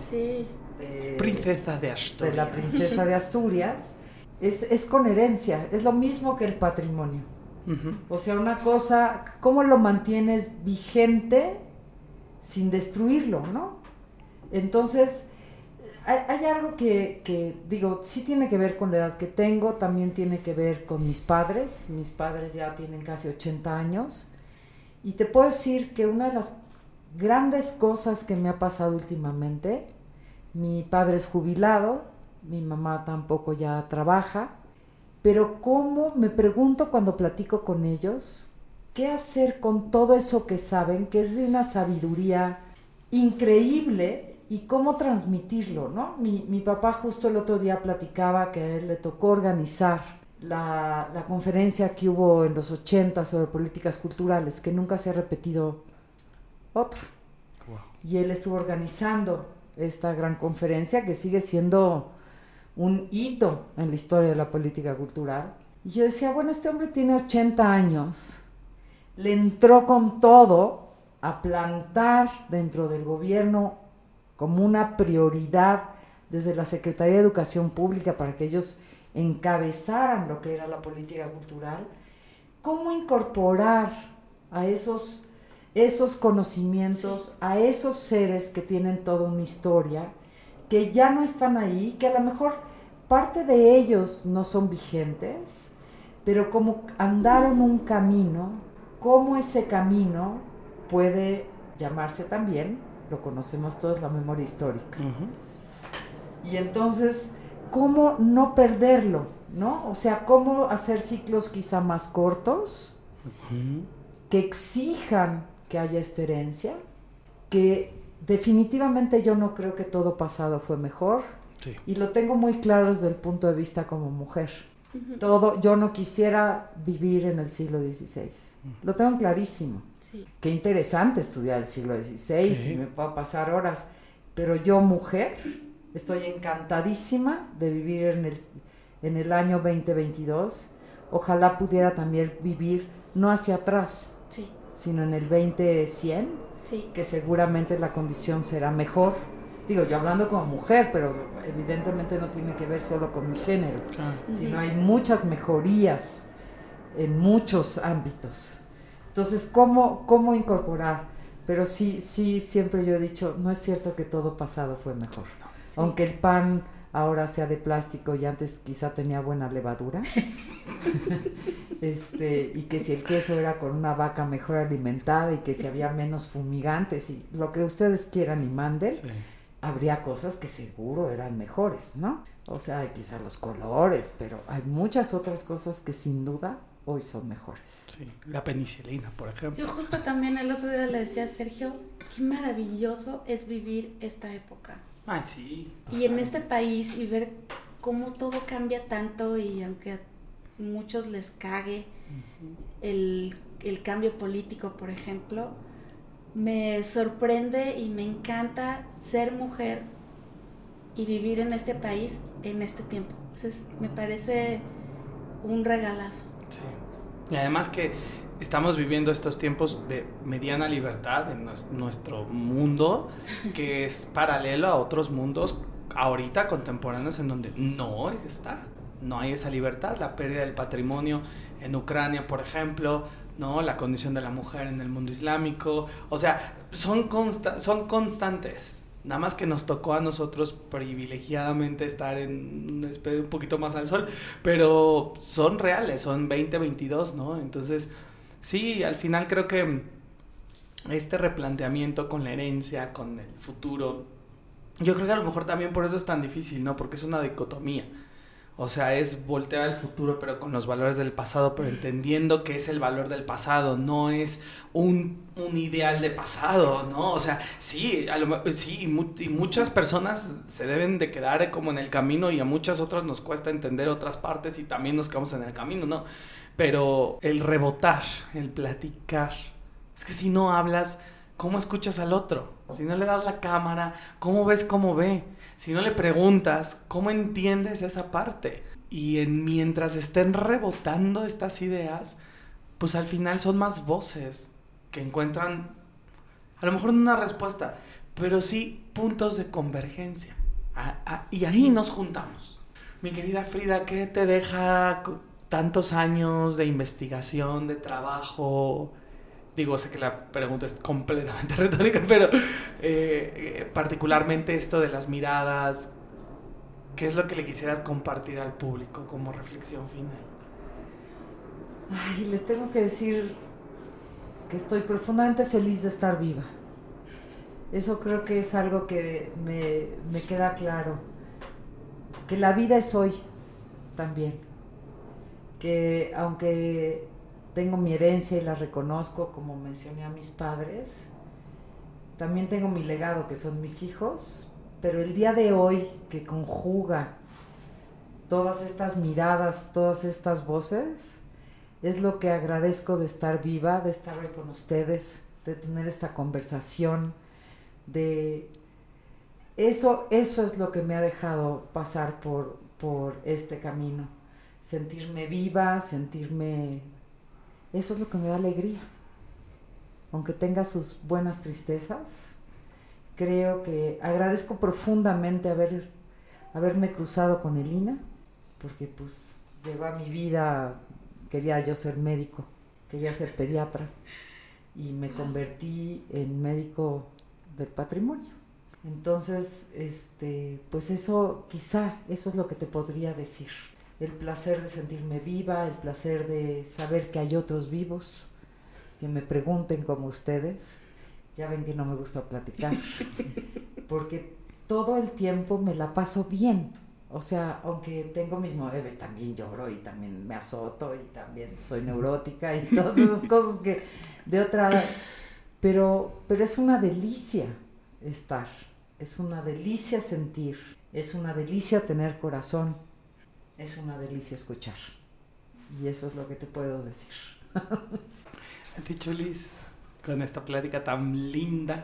Princesa de Asturias. de la princesa de Asturias, es con herencia, es lo mismo que el patrimonio. O sea, una cosa, ¿cómo lo mantienes vigente sin destruirlo, no? Entonces, hay algo que digo, sí tiene que ver con la edad que tengo, también tiene que ver con mis padres ya tienen casi 80 años, y te puedo decir que una de las grandes cosas que me ha pasado últimamente, mi padre es jubilado, mi mamá tampoco ya trabaja, pero cómo me pregunto cuando platico con ellos, ¿qué hacer con todo eso que saben, que es de una sabiduría increíble, y cómo transmitirlo, ¿no? Mi papá justo el otro día platicaba que a él le tocó organizar la conferencia que hubo en los 80 sobre políticas culturales, que nunca se ha repetido otra. Wow. Y él estuvo organizando esta gran conferencia que sigue siendo un hito en la historia de la política cultural. Y yo decía, bueno, este hombre tiene 80 años, le entró con todo a plantar dentro del gobierno como una prioridad desde la Secretaría de Educación Pública para que ellos encabezaran lo que era la política cultural. ¿Cómo incorporar a esos conocimientos, a esos seres que tienen toda una historia, que ya no están ahí, que a lo mejor parte de ellos no son vigentes, pero como andaron un camino, cómo ese camino puede llamarse también, lo conocemos todos, la memoria histórica? Y entonces, ¿cómo no perderlo, no? O sea, ¿cómo hacer ciclos quizá más cortos, que exijan que haya esta herencia, que definitivamente yo no creo que todo pasado fue mejor, sí, y lo tengo muy claro desde el punto de vista como mujer. Yo no quisiera vivir en el siglo XVI, lo tengo clarísimo. Sí. Qué interesante estudiar el siglo XVI, sí, y me puedo pasar horas, pero yo, mujer, estoy encantadísima de vivir en el año 2022. Ojalá pudiera también vivir no hacia atrás, sí, sino en el 2100, sí, que seguramente la condición será mejor. Digo, yo hablando como mujer, pero evidentemente no tiene que ver solo con mi género, sino hay muchas mejorías en muchos ámbitos. Entonces, ¿cómo incorporar? Pero sí, siempre yo he dicho, no es cierto que todo pasado fue mejor. Sí. Aunque el pan ahora sea de plástico y antes quizá tenía buena levadura. Y que si el queso era con una vaca mejor alimentada y que si había menos fumigantes y lo que ustedes quieran y manden, sí, habría cosas que seguro eran mejores, ¿no? O sea, quizá los colores, pero hay muchas otras cosas que sin duda hoy son mejores. Sí, la penicilina, por ejemplo. Yo justo también el otro día le decía a Sergio, qué maravilloso es vivir esta época. Ay, sí. Y en este país y ver cómo todo cambia tanto y aunque a muchos les cague el cambio político, por ejemplo, me sorprende y me encanta ser mujer y vivir en este país en este tiempo. Entonces, me parece un regalazo. Sí. Y además que estamos viviendo estos tiempos de mediana libertad en nuestro mundo, que es paralelo a otros mundos ahorita contemporáneos en donde no hay esa libertad, la pérdida del patrimonio en Ucrania, por ejemplo, ¿no? La condición de la mujer en el mundo islámico, o sea, son constantes. Nada más que nos tocó a nosotros privilegiadamente estar en un poquito más al sol, pero son reales, son 2022, ¿no? Entonces, sí, al final creo que este replanteamiento con la herencia, con el futuro, yo creo que a lo mejor también por eso es tan difícil, ¿no? Porque es una dicotomía. O sea, es voltear al futuro, pero con los valores del pasado, pero entendiendo que es el valor del pasado, no es un ideal de pasado, ¿no? O sea, sí, y muchas personas se deben de quedar como en el camino y a muchas otras nos cuesta entender otras partes y también nos quedamos en el camino, ¿no? Pero el rebotar, el platicar, es que si no hablas, ¿cómo escuchas al otro? Si no le das la cámara, ¿cómo ves cómo ve? Si no le preguntas, ¿cómo entiendes esa parte? Y mientras estén rebotando estas ideas, pues al final son más voces que encuentran, a lo mejor no una respuesta, pero sí puntos de convergencia. Y ahí nos juntamos. Mi querida Frida, ¿qué te deja tantos años de investigación, de trabajo? Digo, sé que la pregunta es completamente retórica, pero particularmente esto de las miradas, ¿qué es lo que le quisieras compartir al público como reflexión final? Ay, les tengo que decir que estoy profundamente feliz de estar viva. Eso creo que es algo que me queda claro. Que la vida es hoy también. Que aunque tengo mi herencia y la reconozco, como mencioné a mis padres, también tengo mi legado, que son mis hijos, pero el día de hoy, que conjuga todas estas miradas, todas estas voces, es lo que agradezco de estar viva, de estar hoy con ustedes, de tener esta conversación, de eso es lo que me ha dejado pasar por este camino, sentirme viva, eso es lo que me da alegría. Aunque tenga sus buenas tristezas, creo que agradezco profundamente haberme cruzado con Elina, porque pues llegó a mi vida, quería yo ser médico, quería ser pediatra, y me convertí en médico del patrimonio. Entonces, pues eso es lo que te podría decir. El placer de sentirme viva, el placer de saber que hay otros vivos, que me pregunten como ustedes. Ya ven que no me gusta platicar, porque todo el tiempo me la paso bien. O sea, aunque tengo mis momentos, también lloro y también me azoto y también soy neurótica y todas esas cosas que de otra... Pero es una delicia estar, es una delicia sentir, es una delicia tener corazón. Es una delicia escuchar. Y eso es lo que te puedo decir. A ti, Chulis, con esta plática tan linda.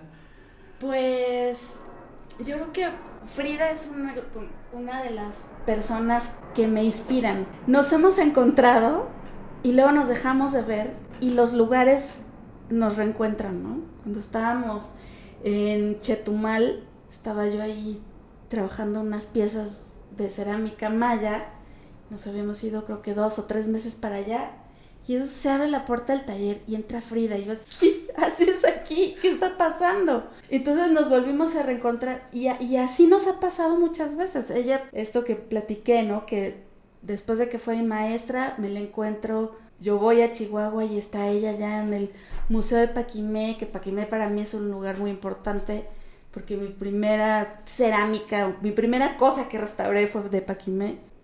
Pues yo creo que Frida es una de las personas que me inspiran. Nos hemos encontrado y luego nos dejamos de ver y los lugares nos reencuentran, ¿no? Cuando estábamos en Chetumal, estaba yo ahí trabajando unas piezas de cerámica maya. Nos habíamos ido creo que 2 o 3 meses para allá y eso se abre la puerta del taller y entra Frida y yo ¿qué haces aquí? ¿Qué está pasando? Entonces nos volvimos a reencontrar y así nos ha pasado muchas veces. Ella, esto que platiqué, ¿no? Que después de que fue mi maestra me la encuentro, yo voy a Chihuahua y está ella ya en el Museo de Paquimé, que Paquimé para mí es un lugar muy importante porque mi primera cerámica, mi primera cosa que restauré fue de Paquimé.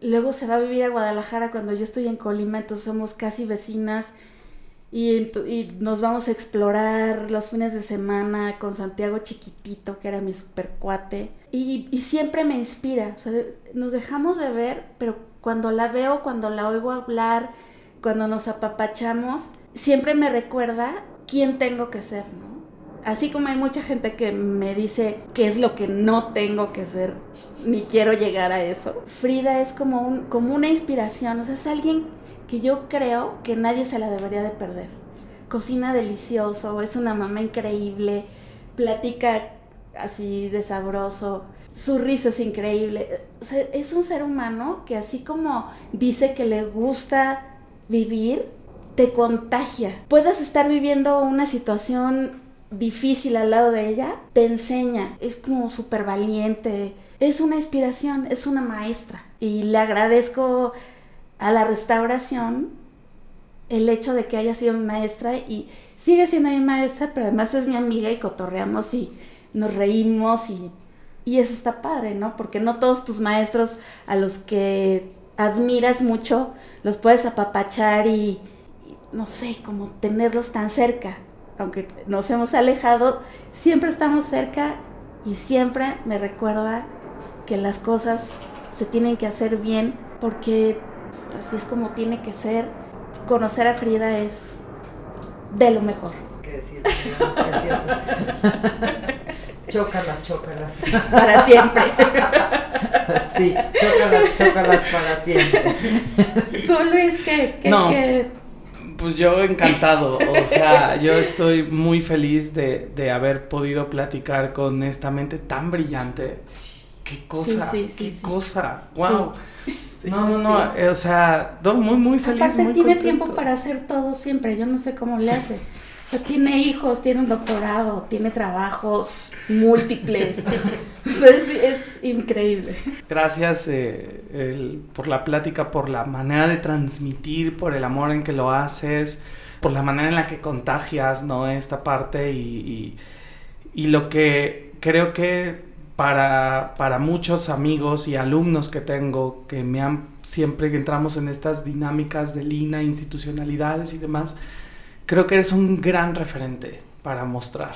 luego se va a vivir a Guadalajara cuando yo estoy en Colima, entonces somos casi vecinas y nos vamos a explorar los fines de semana con Santiago chiquitito, que era mi super cuate, y siempre me inspira, o sea, nos dejamos de ver, pero cuando la veo, cuando la oigo hablar, cuando nos apapachamos, siempre me recuerda quién tengo que ser, ¿no? Así como hay mucha gente que me dice qué es lo que no tengo que ser, ni quiero llegar a eso. Frida es como una inspiración, o sea, es alguien que yo creo que nadie se la debería de perder. Cocina delicioso, es una mamá increíble, platica así de sabroso, su risa es increíble. O sea, es un ser humano que así como dice que le gusta vivir, te contagia. Puedes estar viviendo una situación difícil al lado de ella, te enseña, es como súper valiente, es una inspiración, es una maestra. Y le agradezco a la restauración el hecho de que haya sido mi maestra y sigue siendo mi maestra, pero además es mi amiga y cotorreamos y nos reímos y eso está padre, ¿no? Porque no todos tus maestros a los que admiras mucho los puedes apapachar y no sé, como tenerlos tan cerca. Aunque nos hemos alejado, siempre estamos cerca y siempre me recuerda que las cosas se tienen que hacer bien porque así es como tiene que ser. Conocer a Frida es de lo mejor. ¿Qué decir? Precioso. Chócalas. Para siempre. Sí, chócalas para siempre. ¿Tú, Luis, qué? Pues yo encantado, o sea, yo estoy muy feliz de haber podido platicar con esta mente tan brillante. Qué cosa, qué cosa, wow. Sí. No, o sea, muy feliz. Aparte muy tiene contento. tiempo para hacer todo siempre, yo no sé cómo le hace. O sea, tiene hijos, tiene un doctorado, tiene trabajos múltiples. O sea, es increíble. Gracias por la plática, por la manera de transmitir, por el amor en que lo haces, por la manera en la que contagias, ¿no? Esta parte y lo que creo que para muchos amigos y alumnos que tengo que siempre que entramos en estas dinámicas de Lina, institucionalidades y demás, creo que eres un gran referente para mostrar,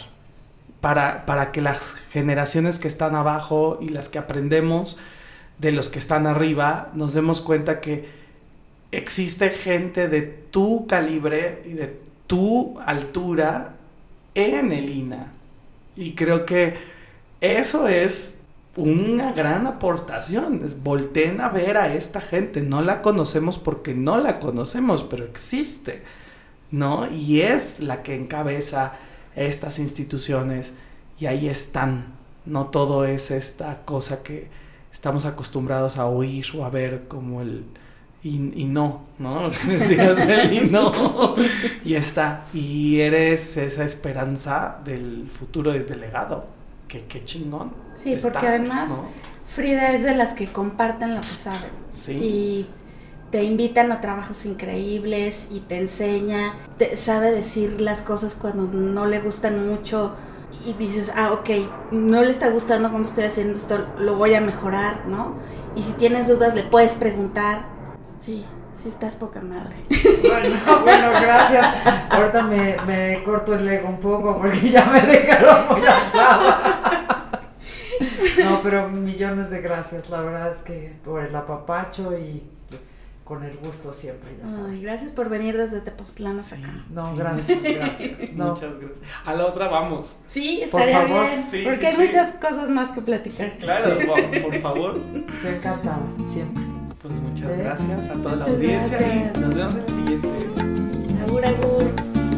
para que las generaciones que están abajo y las que aprendemos de los que están arriba, nos demos cuenta que existe gente de tu calibre y de tu altura en el INA. Y creo que eso es una gran aportación. Volteen a ver a esta gente. No la conocemos porque no la conocemos, pero existe, ¿no? Y es la que encabeza estas instituciones y ahí están. No todo es esta cosa que estamos acostumbrados a oír o a ver como el y no, ¿no? Lo que decías del y no. Y está. Y eres esa esperanza del futuro y del legado. Qué chingón. Sí, porque además, ¿no? Frida es de las que comparten lo que saben. Sí. Y te invitan a trabajos increíbles y te enseña, sabe decir las cosas cuando no le gustan mucho y dices, ok, no le está gustando cómo estoy haciendo esto, lo voy a mejorar, ¿no? Y si tienes dudas le puedes preguntar. Sí estás poca madre. Bueno, gracias. Ahorita me corto el ego un poco porque ya me dejaron muy alzada. No, pero millones de gracias. La verdad es que por el apapacho y con el gusto siempre, ya sabes. Ay, gracias por venir desde Tepoztlán hasta acá. No, gracias. No. Muchas gracias. A la otra vamos. Sí, estaría por favor. bien, Sí, porque hay muchas cosas más que platicar. Sí, claro, por favor. Estoy encantada, siempre. Pues muchas gracias a toda la Muchas audiencia gracias. y nos vemos en el siguiente. Agur, agur.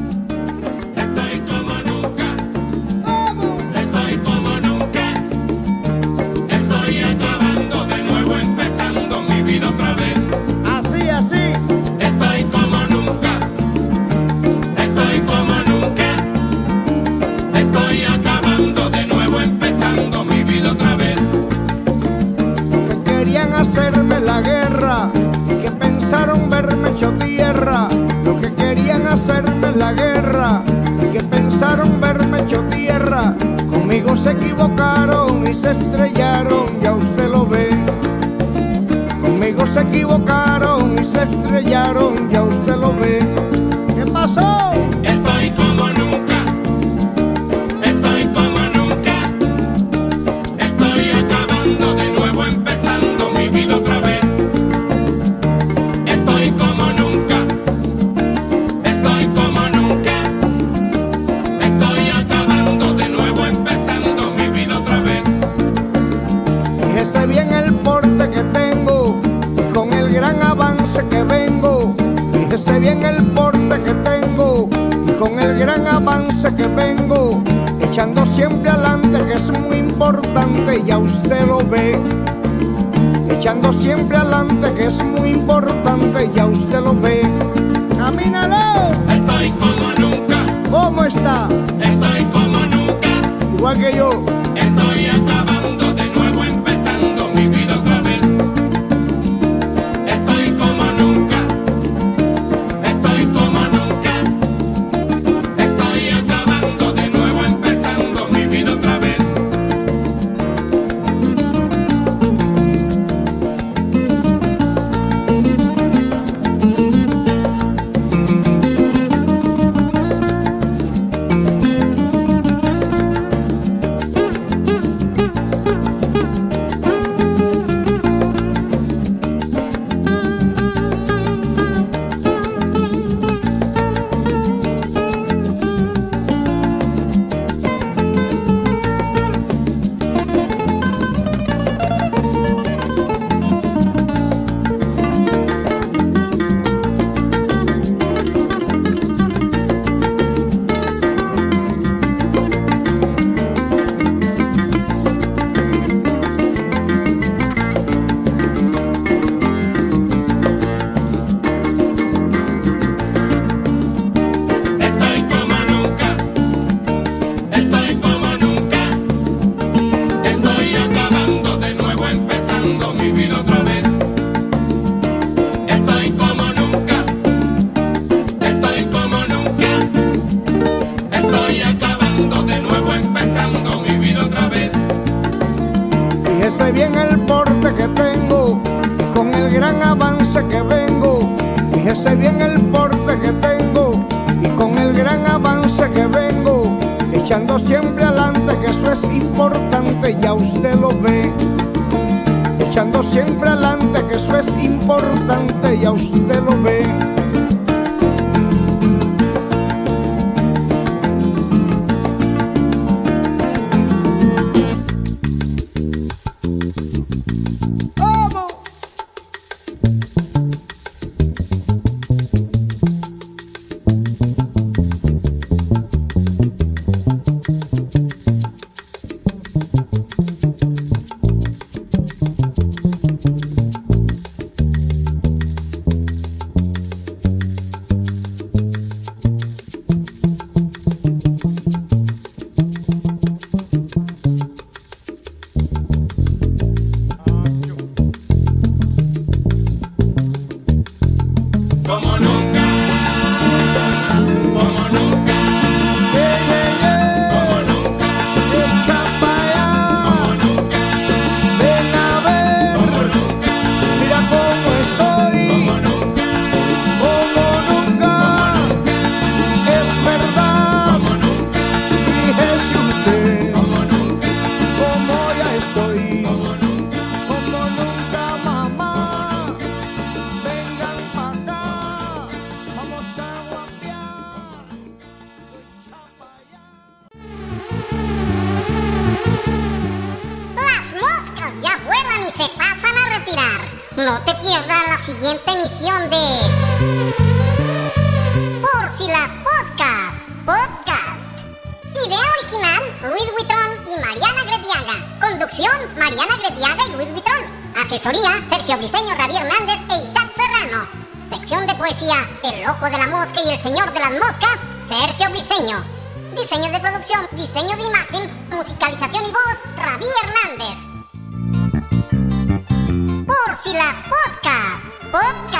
Estoy como nunca. Estoy como nunca. Estoy acabando de nuevo, empezando mi vida otra vez. Así. Estoy como nunca. Estoy como nunca. Estoy acabando de nuevo, empezando mi vida otra vez. Que querían hacerme la guerra, que pensaron verme hecho tierra. Los que querían hacerme la guerra, que pensaron verme hecho tierra. Conmigo se equivocaron y se estrellaron, ya usted lo ve. Conmigo se equivocaron y se estrellaron, ya usted lo ve. ¿Qué pasó? Estoy como nunca, estoy como nunca, estoy acabando de nuevo, empezando mi vida otra vez. Estoy como nunca, estoy como nunca, estoy acabando de nuevo, empezando mi vida otra vez. Fíjese bien el porte que tengo, con el gran avance que vengo. Fíjese bien el porte que tengo, y con el gran avance que vengo, echando siempre adelante, que es muy importante, ya usted lo ve. Echando siempre adelante, que es muy importante, ya usted lo ve. ¡Camínalo! Estoy como nunca, ¿Cómo está? estoy como nunca, Igual que yo. estoy acabando de nuevo, empezando mi vida otra vez. Estoy como nunca, estoy como nunca, estoy acabando de nuevo, empezando mi vida otra vez. Estoy como nunca, estoy como nunca, estoy acabando de nuevo, empezando mi vida otra vez. Estoy como nunca, estoy como nunca, estoy acabando de nuevo, empezando mi vida otra vez. Fíjese bien el porte que tengo, con el gran avance que vengo. Fíjese bien el porte que tengo, y con el gran avance que vengo, echando siempre adelante, que eso es importante, ya usted lo ve. Echando siempre adelante, que eso es importante, ya usted lo ve. ¡Vamos! Como nunca, como nunca, como nunca, Echa pa' allá. como nunca, Ven a ver, como nunca, mira cómo estoy, como nunca, como nunca, es verdad. como nunca, Fíjese usted, como nunca, como ya estoy, como nunca. como nunca, mamá. Vengan pa' acá, vamos a guapear. Echa pa' allá. Las moscas ya vuelan y se pasan a retirar. No te pierdas la siguiente emisión de Por si las Moscas Podcast. Idea original, Luis Huitrón y Mariana Grediaga. Conducción, Mariana Grediaga y Luis Huitrón. Asesoría, Sergio Briceño, Javier Hernández e Isaac Serrano. Sección de poesía, El Ojo de la Mosca y El Señor de las Moscas, Sergio Briceño. Diseño de producción, diseño de imagen, musicalización y voz, Javier Hernández. Por si las Moscas Podcast.